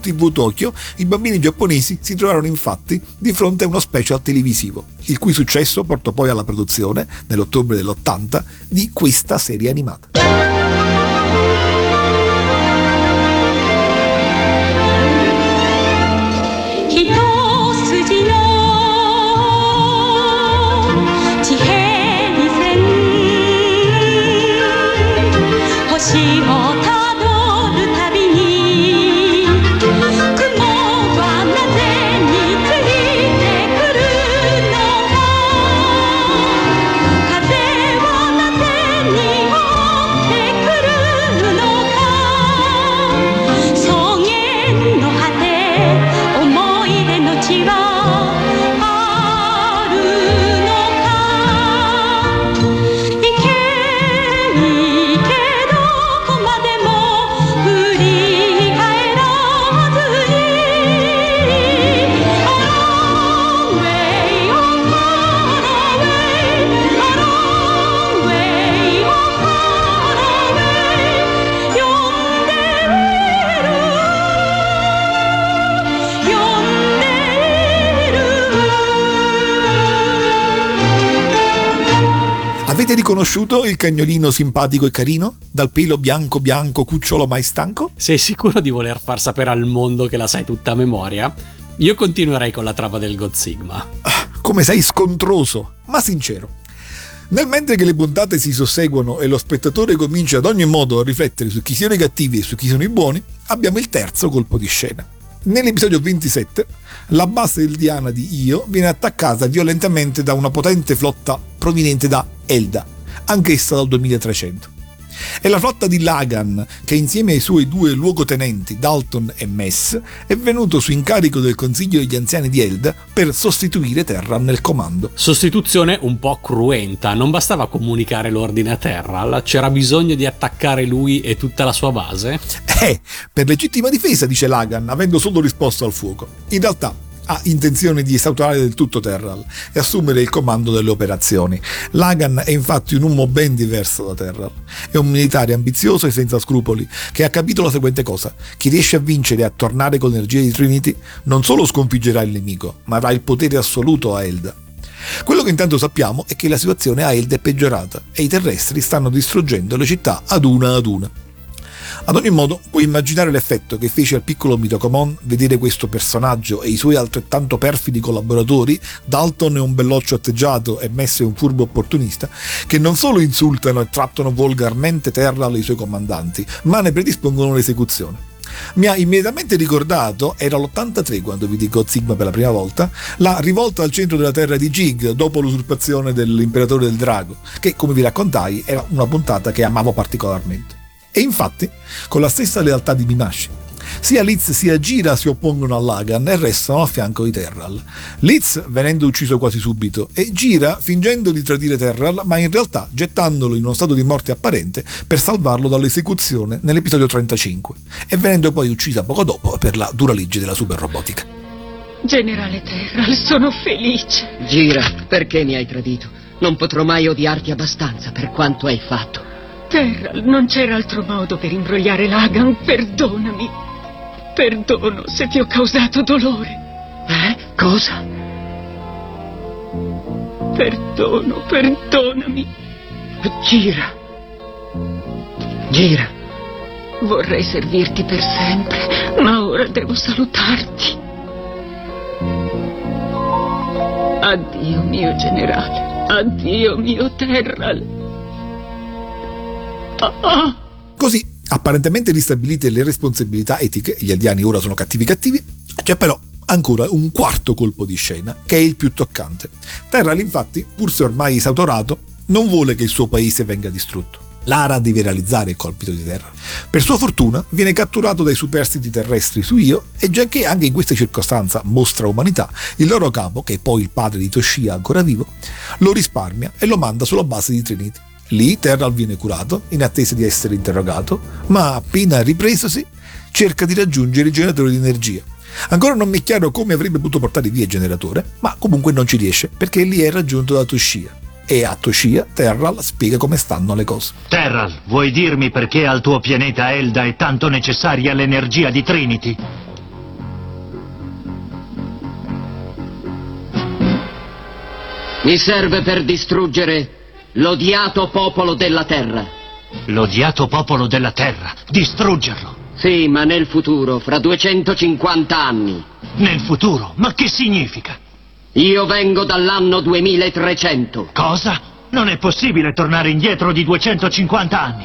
Tokyo, i bambini giapponesi si trovarono infatti di fronte a uno special televisivo, il cui successo portò poi alla produzione, nell'ottobre dell'80, di questa serie animata. Avete riconosciuto il cagnolino simpatico e carino? Dal pelo bianco bianco, cucciolo mai stanco? Sei sicuro di voler far sapere al mondo che la sai tutta a memoria? Io continuerei con la trama del God Sigma. Come sei scontroso, ma sincero. Nel mentre che le puntate si susseguono e lo spettatore comincia ad ogni modo a riflettere su chi siano i cattivi e su chi sono i buoni, abbiamo il terzo colpo di scena. Nell'episodio 27, la base eldiana di Io viene attaccata violentemente da una potente flotta proveniente da Elda, anch'essa dal 2300. È la flotta di Lagan che insieme ai suoi due luogotenenti Dalton e Mess è venuto su incarico del Consiglio degli Anziani di Elda per sostituire Terral nel comando. Sostituzione un po' cruenta, non bastava comunicare l'ordine a Terral, c'era bisogno di attaccare lui e tutta la sua base? Per legittima difesa, dice Lagan, avendo solo risposto al fuoco. In realtà ha intenzione di esautorare del tutto Terral e assumere il comando delle operazioni. Lagan è infatti un uomo ben diverso da Terral. È un militare ambizioso e senza scrupoli che ha capito la seguente cosa: chi riesce a vincere e a tornare con l'energia di Trinity non solo sconfiggerà il nemico, ma avrà il potere assoluto a Elda. Quello che intanto sappiamo è che la situazione a Elda è peggiorata e i terrestri stanno distruggendo le città ad una. Ad ogni modo, puoi immaginare l'effetto che fece al piccolo Mitokomon vedere questo personaggio e i suoi altrettanto perfidi collaboratori, Dalton è un belloccio atteggiato e Mess è un furbo opportunista, che non solo insultano e trattano volgarmente Terral e i suoi comandanti, ma ne predispongono l'esecuzione. Mi ha immediatamente ricordato, era l'83 quando vidi God Sigma per la prima volta, la rivolta al centro della terra di Jig dopo l'usurpazione dell'imperatore del drago, che, come vi raccontai, era una puntata che amavo particolarmente. E infatti, con la stessa lealtà di Mimashi, sia Liz sia Gira si oppongono a Lagan e restano a fianco di Terral. Liz venendo ucciso quasi subito e Gira fingendo di tradire Terral, ma in realtà gettandolo in uno stato di morte apparente per salvarlo dall'esecuzione nell'episodio 35 e venendo poi uccisa poco dopo per la dura legge della super robotica. Generale Terral, sono felice. Gira, perché mi hai tradito? Non potrò mai odiarti abbastanza per quanto hai fatto. Terral, non c'era altro modo per imbrogliare Lagan, perdonami. Perdono se ti ho causato dolore. Cosa? Perdonami. Gira. Vorrei servirti per sempre, ma ora devo salutarti. Addio, mio generale. Addio, mio Terral. Così, apparentemente ristabilite le responsabilità etiche, gli aldiani ora sono cattivi, c'è però ancora un quarto colpo di scena, che è il più toccante. Terral, infatti, pur se ormai esautorato, non vuole che il suo paese venga distrutto. Lara deve realizzare il compito di Terral. Per sua fortuna viene catturato dai superstiti terrestri su Io e giacché anche in questa circostanza mostra umanità, il loro capo, che è poi il padre di Toshia ancora vivo, lo risparmia e lo manda sulla base di Trinity. Lì Terral viene curato, in attesa di essere interrogato, ma appena ripresosi cerca di raggiungere il generatore di energia. Ancora non mi è chiaro come avrebbe potuto portare via il generatore, ma comunque non ci riesce, perché lì è raggiunto da Toshia. E a Toshia Terral spiega come stanno le cose. Terral, vuoi dirmi perché al tuo pianeta Elda è tanto necessaria l'energia di Trinity? Mi serve per distruggere l'odiato popolo della Terra. L'odiato popolo della Terra? Distruggerlo? Sì, ma nel futuro, fra 250 anni. Nel futuro? Ma che significa? Io vengo dall'anno 2300. Cosa? Non è possibile tornare indietro di 250 anni.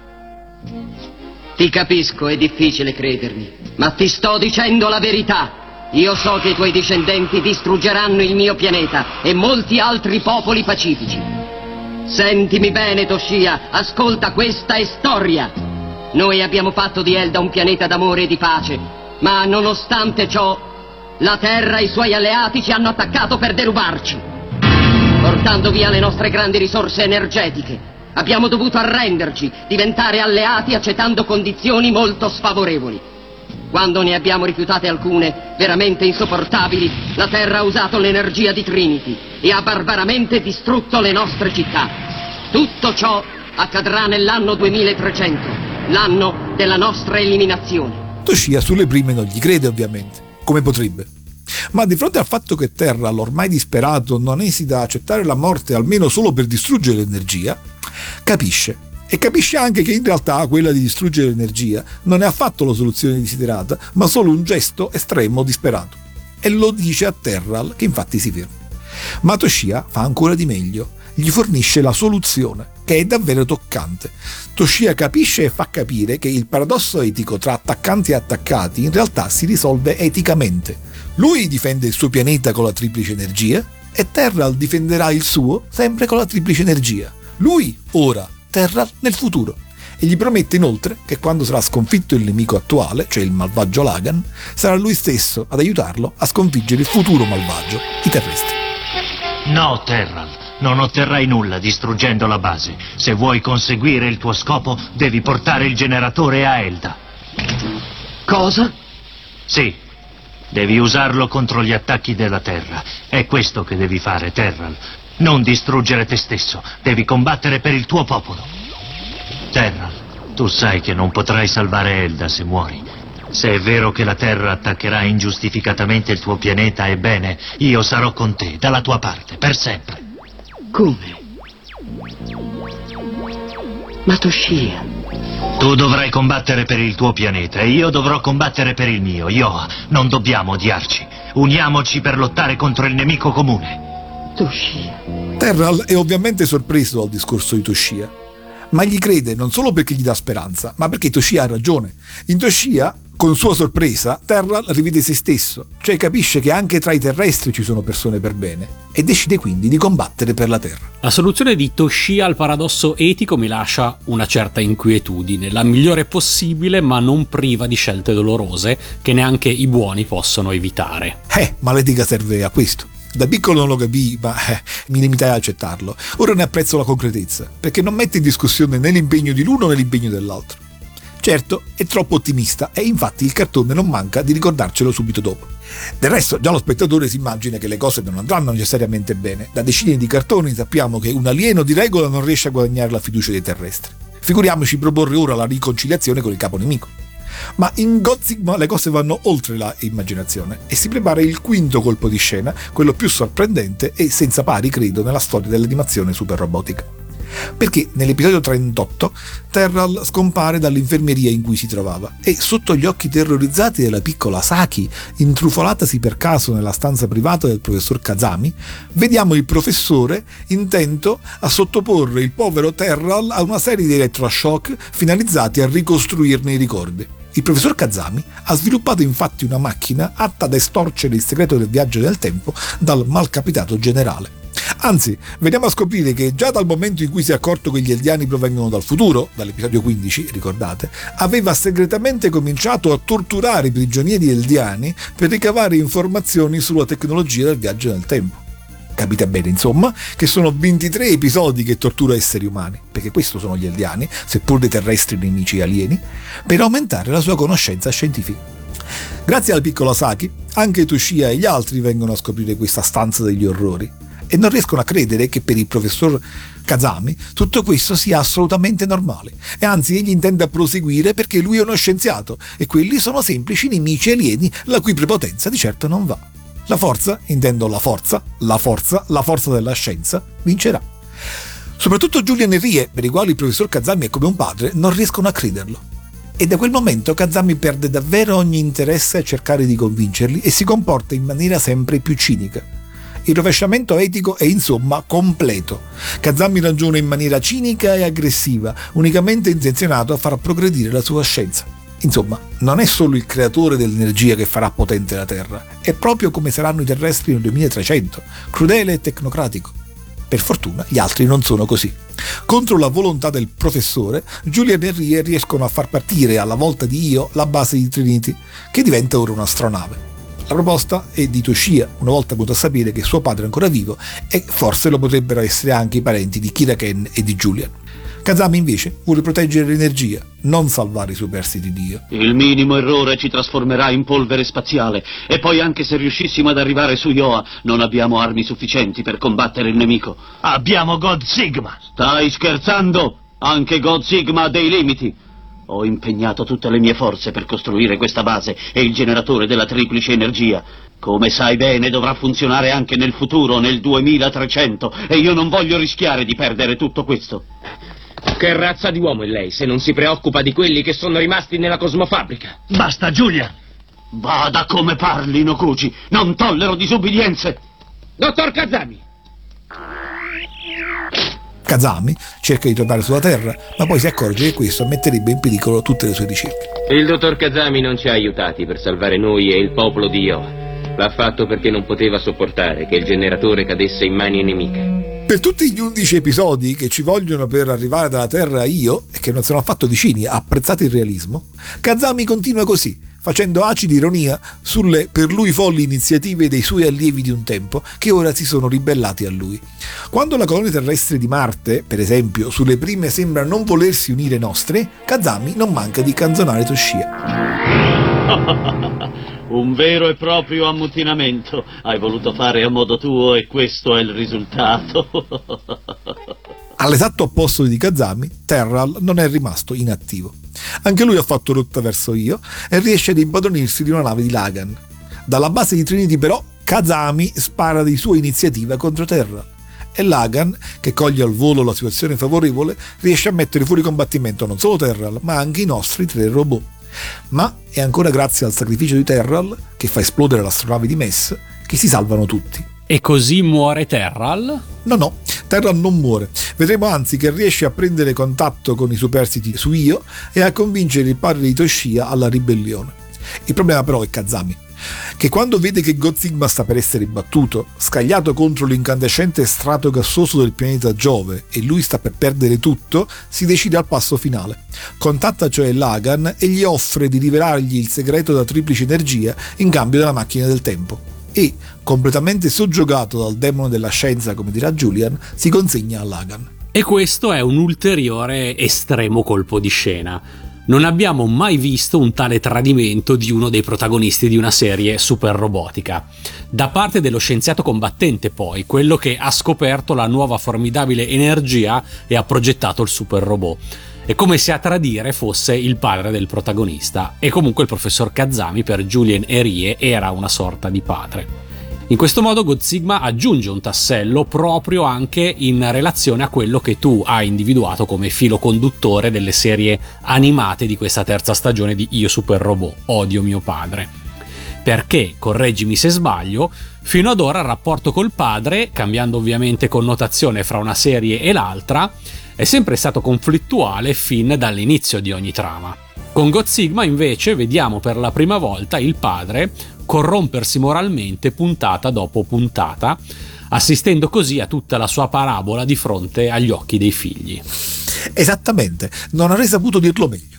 Ti capisco, è difficile credermi, ma ti sto dicendo la verità. Io so che i tuoi discendenti distruggeranno il mio pianeta e molti altri popoli pacifici. Sentimi bene, Toshia, ascolta, questa è storia. Noi abbiamo fatto di Elda un pianeta d'amore e di pace, ma nonostante ciò, la Terra e i suoi alleati ci hanno attaccato per derubarci, portando via le nostre grandi risorse energetiche. Abbiamo dovuto arrenderci, diventare alleati accettando condizioni molto sfavorevoli. Quando ne abbiamo rifiutate alcune, veramente insopportabili, la Terra ha usato l'energia di Trinity e ha barbaramente distrutto le nostre città. Tutto ciò accadrà nell'anno 2300, l'anno della nostra eliminazione. Toshia sulle prime non gli crede, ovviamente. Come potrebbe? Ma di fronte al fatto che Terral, ormai disperato, non esita a accettare la morte almeno solo per distruggere l'energia, capisce. E capisce anche che in realtà quella di distruggere l'energia non è affatto la soluzione desiderata, ma solo un gesto estremo disperato. E lo dice a Terral, che infatti si ferma. Ma Toshia fa ancora di meglio. Gli fornisce la soluzione, che è davvero toccante. Toshia capisce e fa capire che il paradosso etico tra attaccanti e attaccati in realtà si risolve eticamente. Lui difende il suo pianeta con la triplice energia e Terral difenderà il suo sempre con la triplice energia. Lui ora, Terral nel futuro. E gli promette inoltre che quando sarà sconfitto il nemico attuale, cioè il malvagio Lagan, sarà lui stesso ad aiutarlo a sconfiggere il futuro malvagio, i terrestri. No, Terral, non otterrai nulla distruggendo la base. Se vuoi conseguire il tuo scopo, devi portare il generatore a Elda. Cosa? Sì, devi usarlo contro gli attacchi della Terra. È questo che devi fare, Terral. Non distruggere te stesso, devi combattere per il tuo popolo. Terral, tu sai che non potrai salvare Elda se muori. Se è vero che la Terra attaccherà ingiustificatamente il tuo pianeta, ebbene, io sarò con te, dalla tua parte, per sempre. Come? Ma Toshia... Tu dovrai combattere per il tuo pianeta e io dovrò combattere per il mio. Yoa, non dobbiamo odiarci. Uniamoci per lottare contro il nemico comune. Toshia... Terral è ovviamente sorpreso dal discorso di Toshia, ma gli crede non solo perché gli dà speranza, ma perché Toshia ha ragione. In Toshia, con sua sorpresa, Terral rivede se stesso, cioè capisce che anche tra i terrestri ci sono persone per bene, e decide quindi di combattere per la Terra. La soluzione di Toshia al paradosso etico mi lascia una certa inquietudine, la migliore possibile ma non priva di scelte dolorose che neanche i buoni possono evitare. Ma l'etica serve a questo. Da piccolo non lo capii, ma mi limitai a accettarlo. Ora ne apprezzo la concretezza, perché non mette in discussione né l'impegno di l'uno né l'impegno dell'altro. Certo, è troppo ottimista e infatti il cartone non manca di ricordarcelo subito dopo. Del resto, già lo spettatore si immagina che le cose non andranno necessariamente bene. Da decine di cartoni sappiamo che un alieno di regola non riesce a guadagnare la fiducia dei terrestri. Figuriamoci proporre ora la riconciliazione con il capo nemico. Ma in God Sigma le cose vanno oltre la immaginazione e si prepara il quinto colpo di scena, quello più sorprendente e senza pari, credo, nella storia dell'animazione super robotica. Perché nell'episodio 38 Terral scompare dall'infermeria in cui si trovava e sotto gli occhi terrorizzati della piccola Saki, intrufolatasi per caso nella stanza privata del professor Kazami, vediamo il professore intento a sottoporre il povero Terral a una serie di elettroshock finalizzati a ricostruirne i ricordi. Il professor Kazami ha sviluppato infatti una macchina atta ad estorcere il segreto del viaggio nel tempo dal malcapitato generale. Anzi, veniamo a scoprire che già dal momento in cui si è accorto che gli eldiani provengono dal futuro, dall'episodio 15, ricordate, aveva segretamente cominciato a torturare i prigionieri eldiani per ricavare informazioni sulla tecnologia del viaggio nel tempo. Capite bene, insomma, che sono 23 episodi che tortura esseri umani, perché questo sono gli eldiani, seppur dei terrestri nemici alieni, per aumentare la sua conoscenza scientifica. Grazie alla piccola Saki, anche Toshia e gli altri vengono a scoprire questa stanza degli orrori e non riescono a credere che per il professor Kazami tutto questo sia assolutamente normale, e anzi egli intende proseguire perché lui è uno scienziato e quelli sono semplici nemici alieni la cui prepotenza di certo non va. La forza, intendo la forza della scienza, vincerà. Soprattutto Julian e Rie, per i quali il professor Kazami è come un padre, non riescono a crederlo. E da quel momento Kazami perde davvero ogni interesse a cercare di convincerli e si comporta in maniera sempre più cinica. Il rovesciamento etico è insomma completo. Kazami ragiona in maniera cinica e aggressiva, unicamente intenzionato a far progredire la sua scienza. Insomma, non è solo il creatore dell'energia che farà potente la Terra, è proprio come saranno i terrestri nel 2300, crudele e tecnocratico. Per fortuna gli altri non sono così. Contro la volontà del professore, Julian e Rie riescono a far partire alla volta di Io la base di Trinity, che diventa ora un'astronave. La proposta è di Toshia, una volta venuto a sapere che suo padre è ancora vivo e forse lo potrebbero essere anche i parenti di Kira Ken e di Julian. Kazami invece vuole proteggere l'energia, non salvare i superstiti di Dio. Il minimo errore ci trasformerà in polvere spaziale e poi anche se riuscissimo ad arrivare su Ioa non abbiamo armi sufficienti per combattere il nemico. Abbiamo God Sigma! Stai scherzando? Anche God Sigma ha dei limiti. Ho impegnato tutte le mie forze per costruire questa base e il generatore della triplice energia. Come sai bene dovrà funzionare anche nel futuro, nel 2300, e io non voglio rischiare di perdere tutto questo. Che razza di uomo è lei se non si preoccupa di quelli che sono rimasti nella cosmofabbrica? Basta, Julian! Bada come parli, Noguchi! Non tollero disubbidienze! Dottor Kazami! Kazami cerca di tornare sulla Terra, ma poi si accorge che questo metterebbe in pericolo tutte le sue ricerche. Il dottor Kazami non ci ha aiutati per salvare noi e il popolo di Ioa. L'ha fatto perché non poteva sopportare che il generatore cadesse in mani nemiche. Per tutti gli 11 episodi che ci vogliono per arrivare dalla Terra a Io, e che non sono affatto vicini, apprezzate il realismo, Kazami continua così, facendo acida ironia sulle per lui folli iniziative dei suoi allievi di un tempo, che ora si sono ribellati a lui. Quando la colonia terrestre di Marte, per esempio, sulle prime sembra non volersi unire ai nostri, Kazami non manca di canzonare Toshia. Un vero e proprio ammutinamento. Hai voluto fare a modo tuo e questo è il risultato. All'esatto opposto di Kazami, Terral non è rimasto inattivo. Anche lui ha fatto rotta verso Io e riesce ad impadronirsi di una nave di Lagan. Dalla base di Trinity però Kazami spara di sua iniziativa contro Terral e Lagan, che coglie al volo la situazione favorevole, riesce a mettere fuori combattimento non solo Terral ma anche i nostri 3 robot. Ma è ancora grazie al sacrificio di Terral, che fa esplodere l'astronave di Mess, che si salvano tutti. E così muore Terral? No, Terral non muore. Vedremo anzi che riesce a prendere contatto con i superstiti su Io e a convincere il padre di Toshia alla ribellione. Il problema però è Kazami, che quando vede che God Sigma sta per essere battuto, scagliato contro l'incandescente strato gassoso del pianeta Giove e lui sta per perdere tutto, si decide al passo finale. Contatta cioè Lagan e gli offre di rivelargli il segreto della triplice energia in cambio della macchina del tempo. E, completamente soggiogato dal demone della scienza, come dirà Julian, si consegna a Lagan. E questo è un ulteriore estremo colpo di scena. Non abbiamo mai visto un tale tradimento di uno dei protagonisti di una serie super robotica. Da parte dello scienziato combattente, poi, quello che ha scoperto la nuova formidabile energia e ha progettato il super robot. È come se a tradire fosse il padre del protagonista, e comunque il professor Kazami per Julian e Rie era una sorta di padre. In questo modo God Sigma aggiunge un tassello proprio anche in relazione a quello che tu hai individuato come filo conduttore delle serie animate di questa terza stagione di Io Super Robot, Odio mio padre. Perché, correggimi se sbaglio, fino ad ora il rapporto col padre, cambiando ovviamente connotazione fra una serie e l'altra, è sempre stato conflittuale fin dall'inizio di ogni trama. Con God Sigma invece vediamo per la prima volta il padre corrompersi moralmente puntata dopo puntata, assistendo così a tutta la sua parabola di fronte agli occhi dei figli. Esattamente, non avrei saputo dirlo meglio.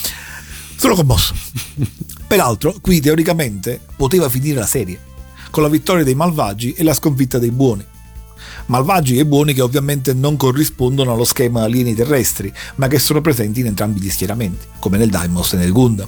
Sono commosso. Peraltro, qui teoricamente poteva finire la serie, con la vittoria dei malvagi e la sconfitta dei buoni. Malvagi e buoni che ovviamente non corrispondono allo schema alieni terrestri, ma che sono presenti in entrambi gli schieramenti, come nel Daimos e nel Gundam.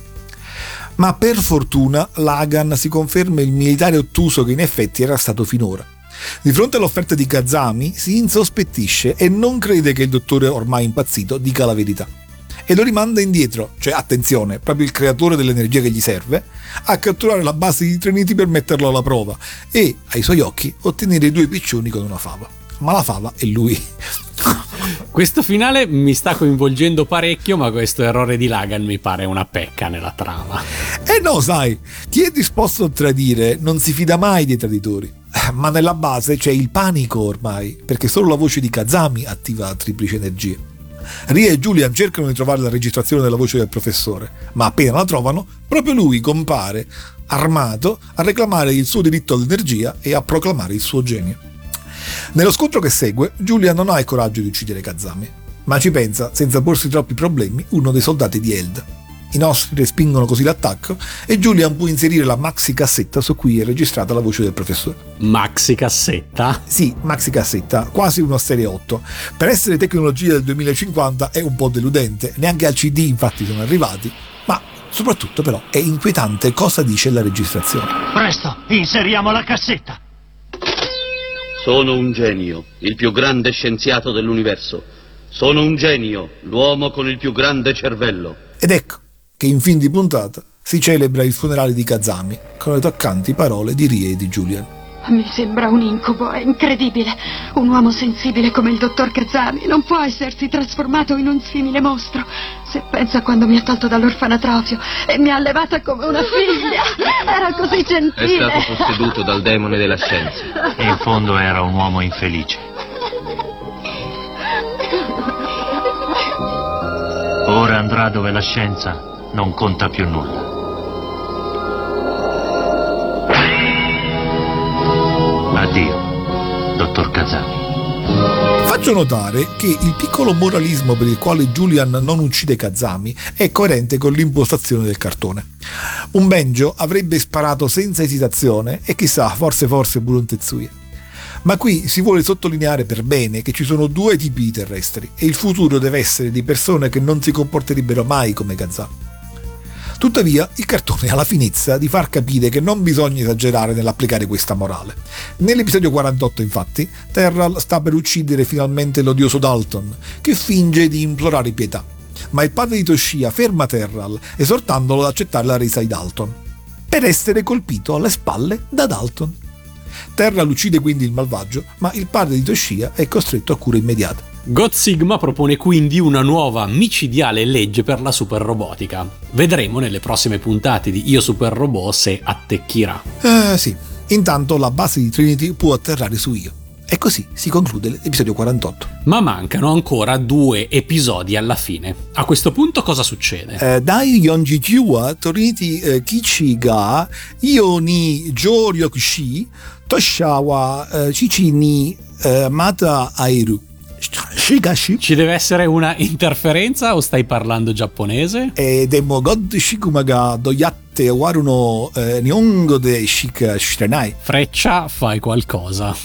Ma per fortuna Lagan si conferma il militare ottuso che in effetti era stato finora. Di fronte all'offerta di Kazami si insospettisce e non crede che il dottore ormai impazzito dica la verità. e lo rimanda indietro, cioè attenzione, proprio il creatore dell'energia che gli serve, a catturare la base di Trinity per metterlo alla prova e, ai suoi occhi, ottenere 2 piccioni con una fava. Ma la fava è lui. Questo finale mi sta coinvolgendo parecchio, ma questo errore di Lagan mi pare una pecca nella trama. No, sai, chi è disposto a tradire non si fida mai dei traditori. Ma nella base c'è il panico ormai, perché solo la voce di Kazami attiva la triplice energia. Ria e Julian cercano di trovare la registrazione della voce del professore, ma appena la trovano, proprio lui compare, armato, a reclamare il suo diritto all'energia e a proclamare il suo genio. Nello scontro che segue, Julian non ha il coraggio di uccidere Kazami, ma ci pensa, senza porsi troppi problemi, uno dei soldati di Eld. I nostri respingono così l'attacco e Julian può inserire la maxi cassetta su cui è registrata la voce del professore. Maxi cassetta? Sì, maxi cassetta, quasi uno stereo 8. Per essere tecnologia del 2050 è un po' deludente, neanche al CD infatti sono arrivati, ma soprattutto però è inquietante cosa dice la registrazione. Presto, inseriamo la cassetta! Sono un genio, il più grande scienziato dell'universo. Sono un genio, l'uomo con il più grande cervello. Ed ecco che in fin di puntata si celebra il funerale di Kazami con le toccanti parole di Rie e di Julian. Mi sembra un incubo, è incredibile. Un uomo sensibile come il dottor Kazami non può essersi trasformato in un simile mostro. Se penso a quando mi ha tolto dall'orfanatrofio e mi ha allevata come una figlia, era così gentile. È stato posseduto dal demone della scienza. E in fondo era un uomo infelice. Ora andrà dove la scienza non conta più nulla. Addio, dottor Kazami. Faccio notare che il piccolo moralismo per il quale Julian non uccide Kazami è coerente con l'impostazione del cartone. Un Benjo avrebbe sparato senza esitazione e chissà, forse pure un Tetsuya. Ma qui si vuole sottolineare per bene che ci sono 2 tipi di terrestri e il futuro deve essere di persone che non si comporterebbero mai come Kazami. Tuttavia, il cartone ha la finezza di far capire che non bisogna esagerare nell'applicare questa morale. Nell'episodio 48, infatti, Terral sta per uccidere finalmente l'odioso Dalton, che finge di implorare pietà. Ma il padre di Toshia ferma Terral, esortandolo ad accettare la resa di Dalton, per essere colpito alle spalle da Dalton. Terral uccide quindi il malvagio, ma il padre di Toshia è costretto a cura immediata. God Sigma propone quindi una nuova micidiale legge per la super robotica. Vedremo nelle prossime puntate di Io Super Robot se attecchirà. Sì, intanto la base di Trinity può atterrare su Io. E così si conclude l'episodio 48. Ma mancano ancora 2 episodi alla fine. A questo punto cosa succede? Dai Yonji-Jiwa, Trinity Kichi ga Io ni Joryokushi Toshawa Chichi ni Mata Airu. Ci deve essere una interferenza o stai parlando giapponese? Demo God Shikumaga Doyatte Waruno Nihongo de Shika Shiranai. Freccia, fai qualcosa.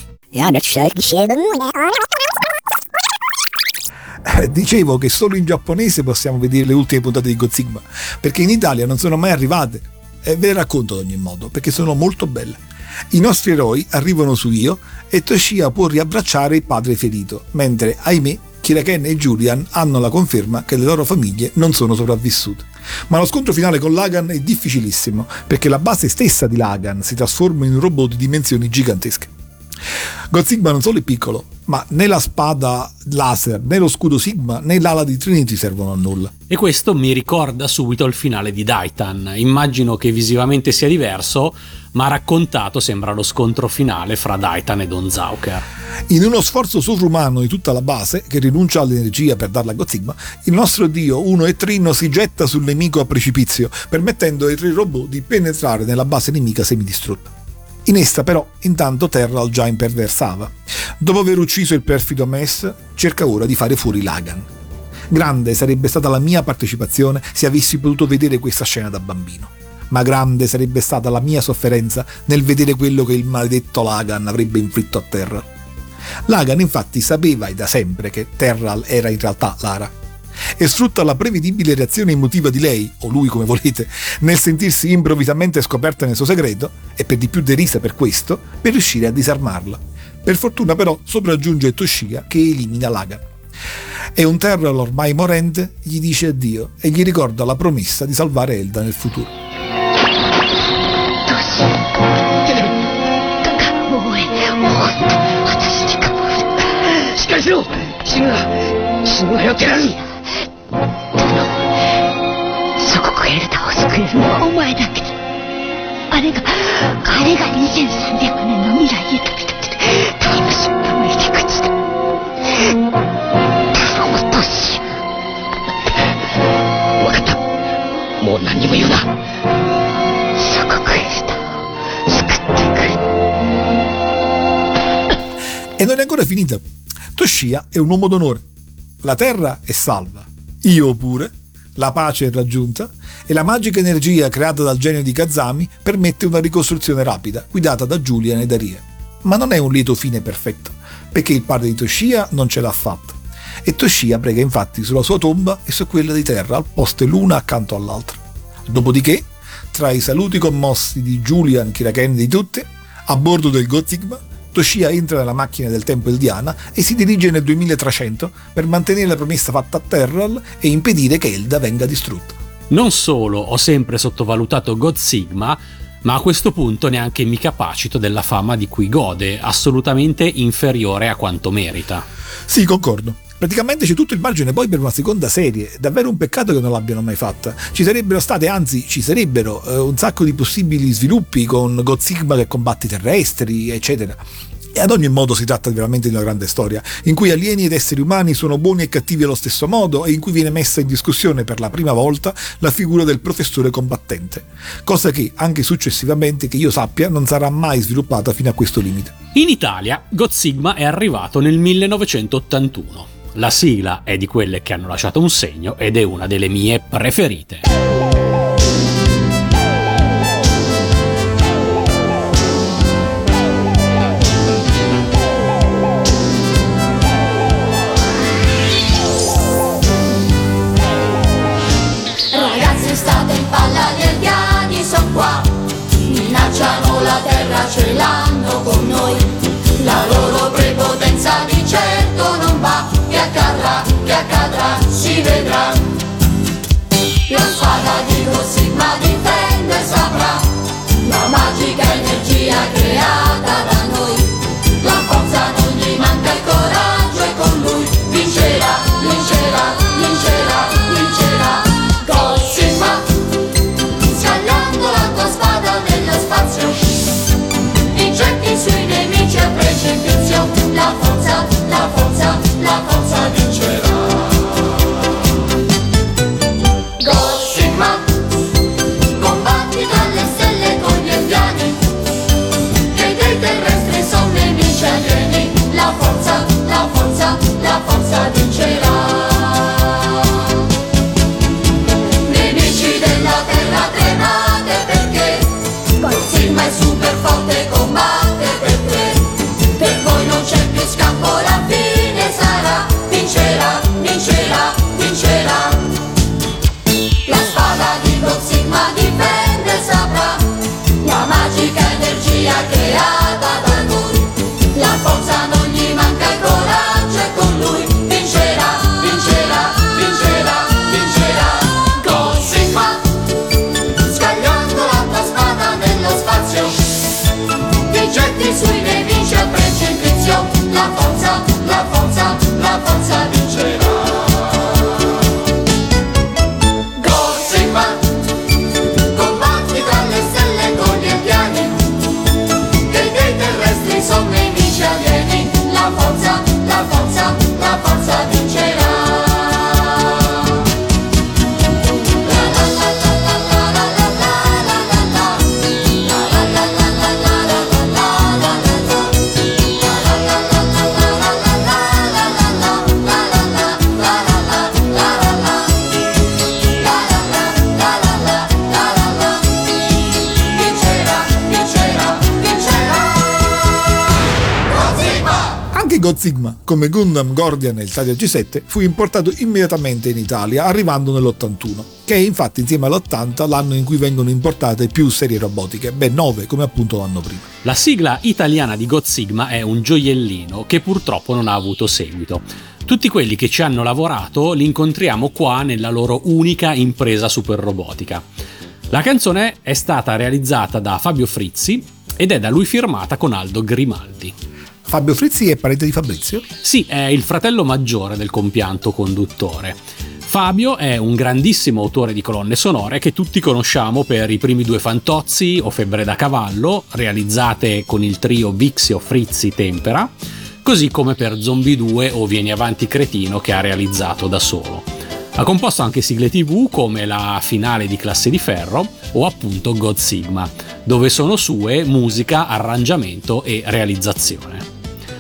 Dicevo che solo in giapponese possiamo vedere le ultime puntate di God Sigma, perché in Italia non sono mai arrivate. Ve le racconto ad ogni modo, perché sono molto belle. I nostri eroi arrivano su Io e Toshia può riabbracciare il padre ferito, mentre, ahimè, Kiraken e Julian hanno la conferma che le loro famiglie non sono sopravvissute. Ma lo scontro finale con Lagan è difficilissimo, perché la base stessa di Lagan si trasforma in un robot di dimensioni gigantesche. God Sigma non solo è piccolo, ma né la spada laser, né lo scudo Sigma, né l'ala di Trinity servono a nulla. E questo mi ricorda subito il finale di Daitan. Immagino che visivamente sia diverso, ma raccontato sembra lo scontro finale fra Daitan e Don Zauker. In uno sforzo sovrumano di tutta la base, che rinuncia all'energia per darla a God Sigma, il nostro dio Uno e Trino si getta sul nemico a precipizio, permettendo ai 3 robot di penetrare nella base nemica semidistrutta. In essa però intanto Terral già imperversava. Dopo aver ucciso il perfido Mess, cerca ora di fare fuori Lagan. Grande sarebbe stata la mia partecipazione se avessi potuto vedere questa scena da bambino. Ma grande sarebbe stata la mia sofferenza nel vedere quello che il maledetto Lagan avrebbe inflitto a Terral. Lagan infatti sapeva da sempre che Terral era in realtà Lara e sfrutta la prevedibile reazione emotiva di lei, o lui come volete, nel sentirsi improvvisamente scoperta nel suo segreto, e per di più derisa per questo, per riuscire a disarmarla. Per fortuna però sopraggiunge Toshia che elimina Lagan. e un Terral ormai morente gli dice addio e gli ricorda la promessa di salvare Elda nel futuro. E non è ancora finita. Toshia è un uomo d'onore. La Terra è salva. Io pure. La pace è raggiunta e la magica energia creata dal genio di Kazami permette una ricostruzione rapida, guidata da Julian e da Rie. Ma non è un lieto fine perfetto, perché il padre di Toshia non ce l'ha fatta. E Toshia prega infatti sulla sua tomba e su quella di Terra, poste l'una accanto all'altra. Dopodiché, tra i saluti commossi di Julian, Kiraken e di tutti, a bordo del Godzigma, Toshia entra nella macchina del tempo eldiana e si dirige nel 2300 per mantenere la promessa fatta a Terral e impedire che Elda venga distrutta. Non solo ho sempre sottovalutato Godzigma, ma a questo punto neanche mi capacito della fama di cui gode, assolutamente inferiore a quanto merita. Sì, concordo. Praticamente c'è tutto il margine poi per una seconda serie, davvero un peccato che non l'abbiano mai fatta. Ci sarebbero un sacco di possibili sviluppi con Godzigma che combatte i terrestri, eccetera. E ad ogni modo si tratta veramente di una grande storia, in cui alieni ed esseri umani sono buoni e cattivi allo stesso modo e in cui viene messa in discussione per la prima volta la figura del professore combattente, cosa che, anche successivamente, che io sappia, non sarà mai sviluppata fino a questo limite. In Italia, Godzigma è arrivato nel 1981. La sigla è di quelle che hanno lasciato un segno ed è una delle mie preferite. Ragazzi, state in palla, gli eldiani son qua, minacciano la terra, ce l'hanno con noi. La loro prepotenza di certo non va. Che accadrà, si vedrà. La spada di Godzigma difende, saprà la magica energia creata da noi. La forza non gli manca, il coraggio e con lui vincerà, vincerà, vincerà, vincerà. Godzigma, scagliando la tua spada nello spazio, incendi sui nemici a precipizio. La forza, la forza, la forza vincerà. Godzigma, combatti tra le stelle con gli eldiani, che dei terrestri sono nemici alieni. La forza, la forza, la forza vincerà. Nemici della terra, tremate perché Godzigma è super forte e combatte per te. Per voi non c'è più scampo, la fine sarà. Vincerà, vincerà, vincerà. La spada di Godzigma difende, saprà la magica energia creata da noi. La forza non gli manca, il coraggio è con lui. Vincerà, vincerà, vincerà, vincerà. Godzigma, scagliando la tua spada nello spazio, ti getti sui nemici a precipizio. La forza, la forza, la forza vincerà. Godzigma, combatti tra le stelle con gli eldiani, che dei terrestri sono nemici alieni. La forza, la forza, la forza vincerà. Anche Godzigma, come Gundam, Gordian e il Talia G7, fu importato immediatamente in Italia, arrivando nell'81, che è infatti insieme all'80 l'anno in cui vengono importate più serie robotiche, ben 9 come appunto l'anno prima. La sigla italiana di Godzigma è un gioiellino che purtroppo non ha avuto seguito. Tutti quelli che ci hanno lavorato li incontriamo qua nella loro unica impresa super robotica. La canzone è stata realizzata da Fabio Frizzi ed è da lui firmata con Aldo Grimaldi. Fabio Frizzi è parente di Fabrizio? Sì, è il fratello maggiore del compianto conduttore. Fabio è un grandissimo autore di colonne sonore che tutti conosciamo per i primi 2 Fantozzi o Febbre da cavallo, realizzate con il trio Bixio, Frizzi, Tempera, così come per Zombie 2 o Vieni avanti cretino, che ha realizzato da solo. Ha composto anche sigle TV come la finale di Classe di Ferro o appunto God Sigma, dove sono sue musica, arrangiamento e realizzazione.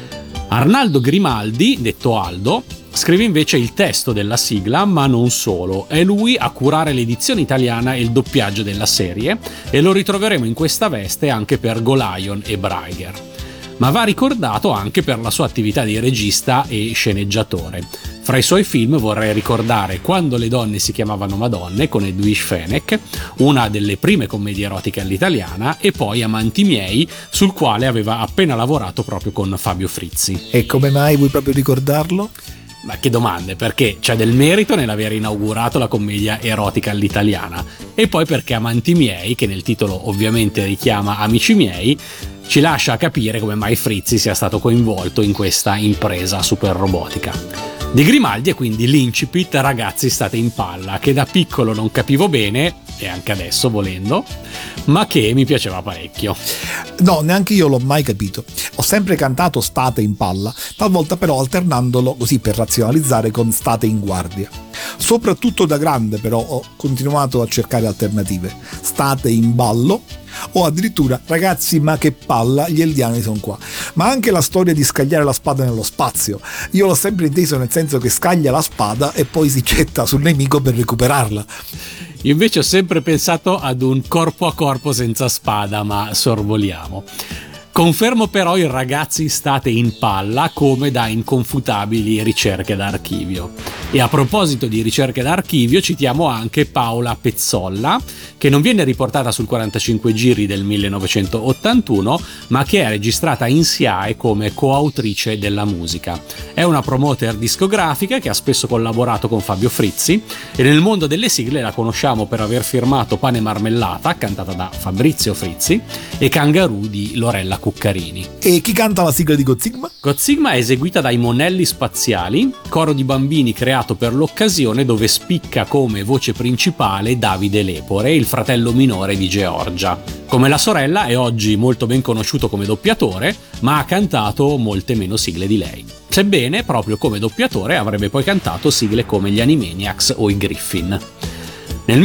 Arnaldo Grimaldi, detto Aldo, scrive invece il testo della sigla, ma non solo. È lui a curare l'edizione italiana e il doppiaggio della serie, e lo ritroveremo in questa veste anche per Golion e Braiger. Ma va ricordato anche per la sua attività di regista e sceneggiatore. Fra i suoi film vorrei ricordare Quando le donne si chiamavano Madonne con Edwige Fenech, una delle prime commedie erotiche all'italiana, e poi Amanti miei, sul quale aveva appena lavorato proprio con Fabio Frizzi. E come mai vuoi proprio ricordarlo? Ma che domande, perché c'è del merito nell'aver inaugurato la commedia erotica all'italiana, e poi perché Amanti miei, che nel titolo ovviamente richiama Amici miei, ci lascia capire come mai Frizzi sia stato coinvolto in questa impresa super robotica. Di Grimaldi è quindi l'incipit Ragazzi state in palla, che da piccolo non capivo bene, e anche adesso volendo, ma che mi piaceva parecchio. No, neanche io l'ho mai capito. Ho sempre cantato State in palla, talvolta però alternandolo così per razionalizzare con State in guardia. Soprattutto da grande però ho continuato a cercare alternative. State in ballo o addirittura Ragazzi ma che palla, gli eldiani sono qua. Ma anche la storia di scagliare la spada nello spazio, io l'ho sempre inteso nel senso che scaglia la spada e poi si getta sul nemico per recuperarla. Io invece ho sempre pensato ad un corpo a corpo senza spada, ma sorvoliamo. Confermo però il Ragazzi state in palla come da inconfutabili ricerche d'archivio. E a proposito di ricerche d'archivio citiamo anche Paola Pezzolla, che non viene riportata sul 45 giri del 1981, ma che è registrata in SIAE come coautrice della musica. È una promoter discografica che ha spesso collaborato con Fabio Frizzi, e nel mondo delle sigle la conosciamo per aver firmato Pane e Marmellata, cantata da Fabrizio Frizzi, e Kangaroo di Lorella Cuccarini. E chi canta la sigla di God Sigma? God Sigma è eseguita dai Monelli Spaziali, coro di bambini creato per l'occasione, dove spicca come voce principale Davide Lepore, il fratello minore di Georgia. Come la sorella è oggi molto ben conosciuto come doppiatore, ma ha cantato molte meno sigle di lei. Sebbene proprio come doppiatore avrebbe poi cantato sigle come gli Animaniacs o i Griffin. Nel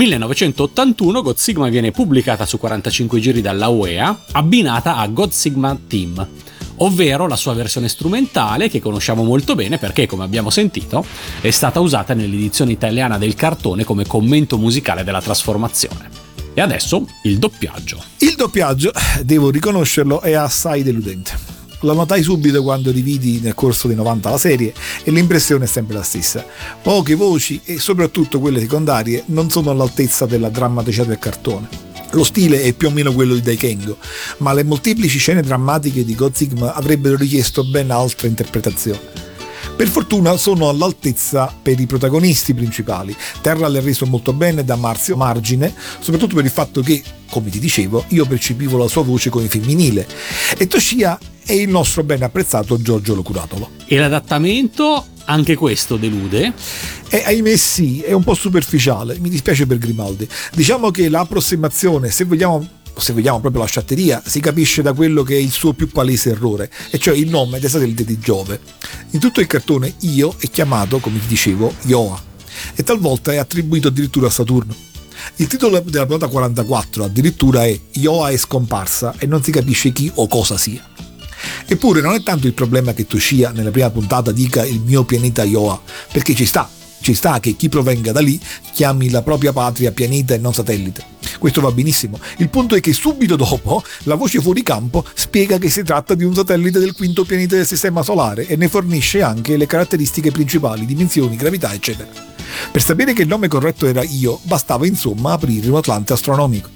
1981 God Sigma viene pubblicata su 45 giri dalla UEA, abbinata a God Sigma Team, ovvero la sua versione strumentale che conosciamo molto bene perché, come abbiamo sentito, è stata usata nell'edizione italiana del cartone come commento musicale della trasformazione. E adesso il doppiaggio. Il doppiaggio, devo riconoscerlo, è assai deludente. Lo notai subito quando rividi nel corso dei 90 la serie e l'impressione è sempre la stessa. Poche voci e soprattutto quelle secondarie non sono all'altezza della drammaticità del cartone. Lo stile è più o meno quello di Daikengo, ma le molteplici scene drammatiche di God Sigma avrebbero richiesto ben altra interpretazione. Per fortuna sono all'altezza per i protagonisti principali. Terral è reso molto bene da Marzio Margine, soprattutto per il fatto che, come ti dicevo, io percepivo la sua voce come femminile, e Toshia è il nostro ben apprezzato Giorgio Locuratolo. E l'adattamento? Anche questo delude? Ahimè sì, è un po' superficiale, mi dispiace per Grimaldi. Diciamo che l'approssimazione, se vogliamo proprio la sciatteria, si capisce da quello che è il suo più palese errore, e cioè il nome del satellite di Giove. In tutto il cartone Io è chiamato, come ti dicevo, Ioa, e talvolta è attribuito addirittura a Saturno. Il titolo della puntata 44 addirittura è Ioa è scomparsa e non si capisce chi o cosa sia. Eppure non è tanto il problema che Toshia nella prima puntata dica il mio pianeta Ioa, perché ci sta che chi provenga da lì chiami la propria patria pianeta e non satellite. Questo va benissimo. Il punto è che subito dopo la voce fuori campo spiega che si tratta di un satellite del quinto pianeta del sistema solare e ne fornisce anche le caratteristiche principali, dimensioni, gravità, eccetera. Per sapere che il nome corretto era Io, bastava insomma aprire un atlante astronomico.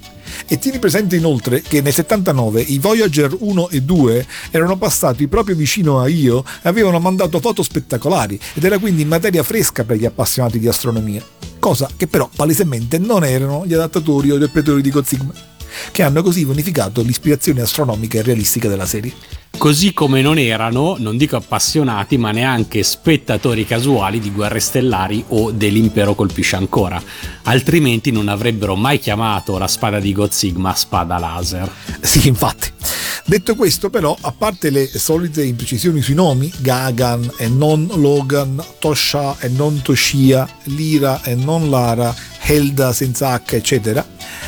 E tieni presente inoltre che nel 79 i Voyager 1 e 2 erano passati proprio vicino a Io e avevano mandato foto spettacolari ed era quindi materia fresca per gli appassionati di astronomia, cosa che però palesemente non erano gli adattatori o gli operatori di Godzilla, che hanno così vanificato l'ispirazione astronomica e realistica della serie. Così come non erano, non dico appassionati, ma neanche spettatori casuali di Guerre Stellari o dell'Impero colpisce ancora, altrimenti non avrebbero mai chiamato la spada di Godzilla spada laser. Sì, infatti. Detto questo, però, a parte le solite imprecisioni sui nomi, Gagan e non Logan, Tosha e non Toshia, Lyra e non Lara, Helda senza H, eccetera,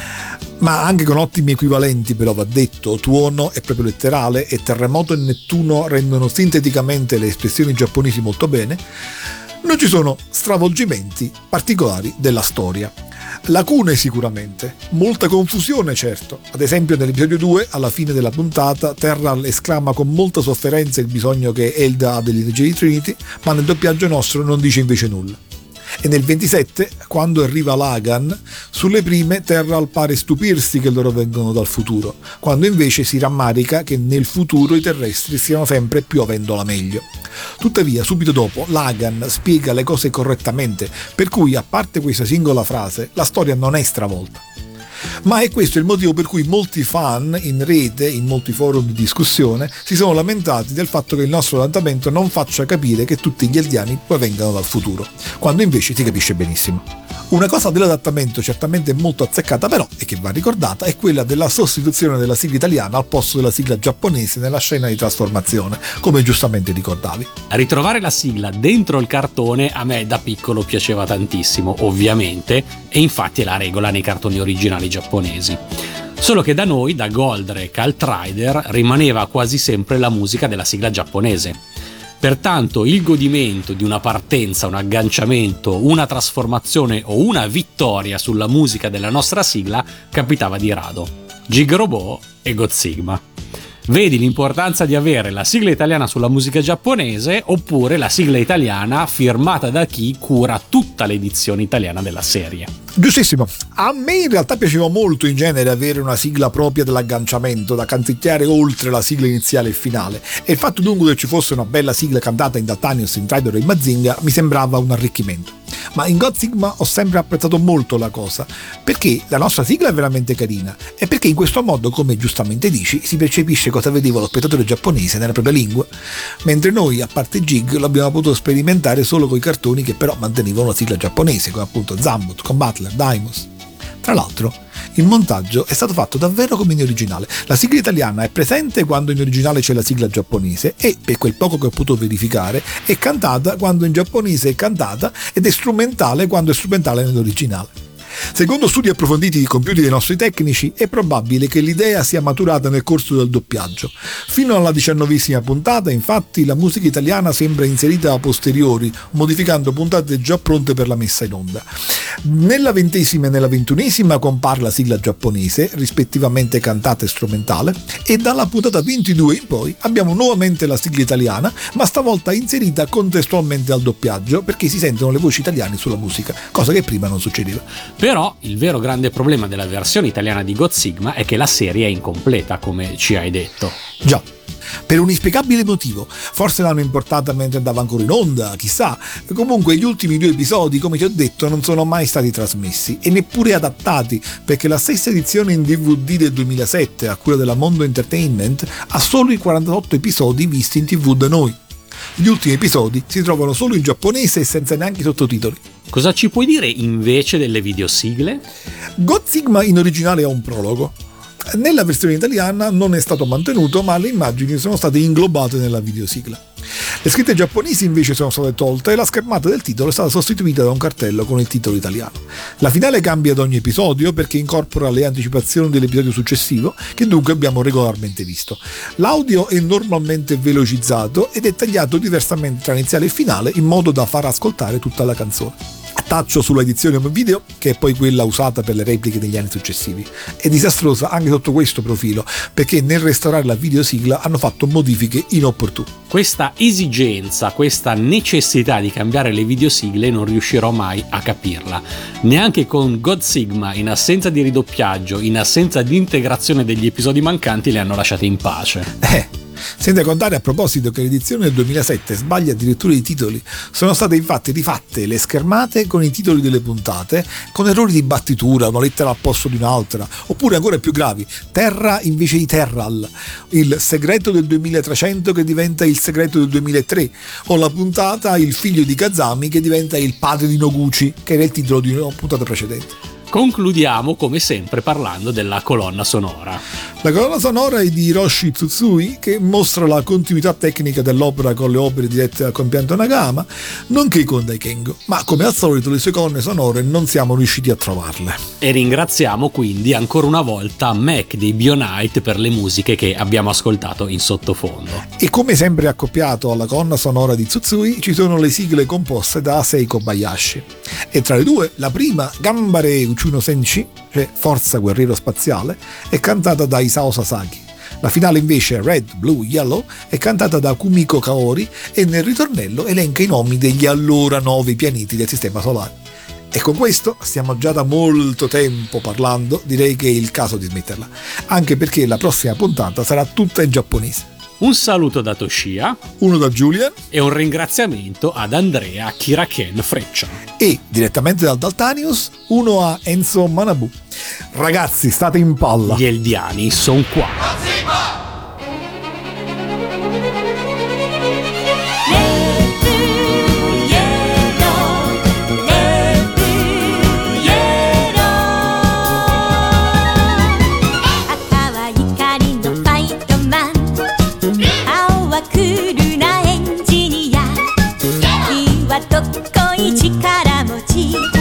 ma anche con ottimi equivalenti, però va detto, tuono è proprio letterale e terremoto e Nettuno rendono sinteticamente le espressioni giapponesi molto bene, non ci sono stravolgimenti particolari della storia. Lacune sicuramente, molta confusione certo, ad esempio nell'episodio 2 alla fine della puntata Terral esclama con molta sofferenza il bisogno che Helda ha dell'energia di Trinity, ma nel doppiaggio nostro non dice invece nulla. E nel 27, quando arriva Lagan, sulle prime Terral pare stupirsi che loro vengono dal futuro, quando invece si rammarica che nel futuro i terrestri stiano sempre più avendola meglio. Tuttavia, subito dopo, Lagan spiega le cose correttamente, per cui, a parte questa singola frase, la storia non è stravolta. Ma è questo il motivo per cui molti fan in rete, in molti forum di discussione, si sono lamentati del fatto che il nostro adattamento non faccia capire che tutti gli eldiani poi vengano dal futuro, quando invece si capisce benissimo. Una cosa dell'adattamento certamente molto azzeccata però, e che va ricordata, è quella della sostituzione della sigla italiana al posto della sigla giapponese nella scena di trasformazione, come giustamente ricordavi. Ritrovare la sigla dentro il cartone a me da piccolo piaceva tantissimo, ovviamente, e infatti è la regola nei cartoni originali giapponesi. Solo che da noi, da Goldrake al Trider, rimaneva quasi sempre la musica della sigla giapponese. Pertanto il godimento di una partenza, un agganciamento, una trasformazione o una vittoria sulla musica della nostra sigla capitava di rado. Gig Robot e Godzilla. Vedi l'importanza di avere la sigla italiana sulla musica giapponese oppure la sigla italiana firmata da chi cura tutta l'edizione italiana della serie. Giustissimo. A me in realtà piaceva molto in genere avere una sigla propria dell'agganciamento da canticchiare oltre la sigla iniziale e finale, e il fatto dunque che ci fosse una bella sigla cantata in Daltanius, in Trider e in Mazinga mi sembrava un arricchimento. Ma in Godzilla ho sempre apprezzato molto la cosa, perché la nostra sigla è veramente carina e perché in questo modo, come giustamente dici, si percepisce cosa vedeva lo spettatore giapponese nella propria lingua, mentre noi, a parte Jig, l'abbiamo potuto sperimentare solo con i cartoni che però mantenevano la sigla giapponese, come appunto Zambot, con Butler, Daimos. Tra l'altro, il montaggio è stato fatto davvero come in originale. La sigla italiana è presente quando in originale c'è la sigla giapponese e, per quel poco che ho potuto verificare, è cantata quando in giapponese è cantata ed è strumentale quando è strumentale nell'originale. Secondo studi approfonditi compiuti dai nostri tecnici, è probabile che l'idea sia maturata nel corso del doppiaggio. Fino alla 19ª puntata, infatti, la musica italiana sembra inserita a posteriori, modificando puntate già pronte per la messa in onda. Nella 20ª e nella 21ª compare la sigla giapponese, rispettivamente cantata e strumentale, e dalla puntata 22 in poi abbiamo nuovamente la sigla italiana, ma stavolta inserita contestualmente al doppiaggio, perché si sentono le voci italiane sulla musica, cosa che prima non succedeva. Però il vero grande problema della versione italiana di Godzilla è che la serie è incompleta, come ci hai detto. Già, per un inspiegabile motivo. Forse l'hanno importata mentre andava ancora in onda, chissà. Comunque gli ultimi 2 episodi, come ti ho detto, non sono mai stati trasmessi e neppure adattati, perché la stessa edizione in DVD del 2007, a cura della Mondo Entertainment, ha solo i 48 episodi visti in TV da noi. Gli ultimi episodi si trovano solo in giapponese e senza neanche sottotitoli. Cosa ci puoi dire invece delle videosigle? Godzilla in originale ha un prologo. Nella versione italiana non è stato mantenuto, ma le immagini sono state inglobate nella videosigla. Le scritte giapponesi invece sono state tolte e la schermata del titolo è stata sostituita da un cartello con il titolo italiano. La finale cambia ad ogni episodio perché incorpora le anticipazioni dell'episodio successivo, che dunque abbiamo regolarmente visto. L'audio è normalmente velocizzato ed è tagliato diversamente tra iniziale e finale in modo da far ascoltare tutta la canzone. Taccio sulla edizione home video, che è poi quella usata per le repliche degli anni successivi. È disastrosa anche sotto questo profilo, perché nel restaurare la videosigla hanno fatto modifiche inopportune. Questa esigenza, questa necessità di cambiare le videosigle non riuscirò mai a capirla. Neanche con God Sigma, in assenza di ridoppiaggio, in assenza di integrazione degli episodi mancanti, le hanno lasciate in pace. Senza contare a proposito che l'edizione del 2007 sbaglia addirittura i titoli. Sono state infatti rifatte le schermate con i titoli delle puntate, con errori di battitura, una lettera al posto di un'altra, oppure ancora più gravi, Terra invece di Terral, il segreto del 2300 che diventa il segreto del 2003, o la puntata Il figlio di Kazami che diventa il padre di Noguchi, che era il titolo di una puntata precedente. Concludiamo come sempre parlando della colonna sonora. La colonna sonora è di Hiroshi Tsutsui, che mostra la continuità tecnica dell'opera con le opere dirette dal compianto Nagama, nonché con Daikengo, ma come al solito le sue colonne sonore non siamo riusciti a trovarle. E ringraziamo quindi ancora una volta Mac dei Bionite per le musiche che abbiamo ascoltato in sottofondo. E come sempre accoppiato alla colonna sonora di Tsutsui ci sono le sigle composte da Seiko Bayashi. E tra le due, la prima, Gambare Uchuno Senshi, cioè Forza Guerriero Spaziale, è cantata da Isao Sasaki. La finale invece, Red, Blue, Yellow, è cantata da Kumiko Kaori e nel ritornello elenca i nomi degli allora 9 pianeti del Sistema Solare. E con questo stiamo già da molto tempo parlando, direi che è il caso di smetterla, anche perché la prossima puntata sarà tutta in giapponese. Un saluto da Toshia, uno da Julian e un ringraziamento ad Andrea Kiraken Freccia. E direttamente dal Daltanius, uno a Enzo Manabu. Ragazzi, state in palla. Gli Eldiani son qua. What 力持ち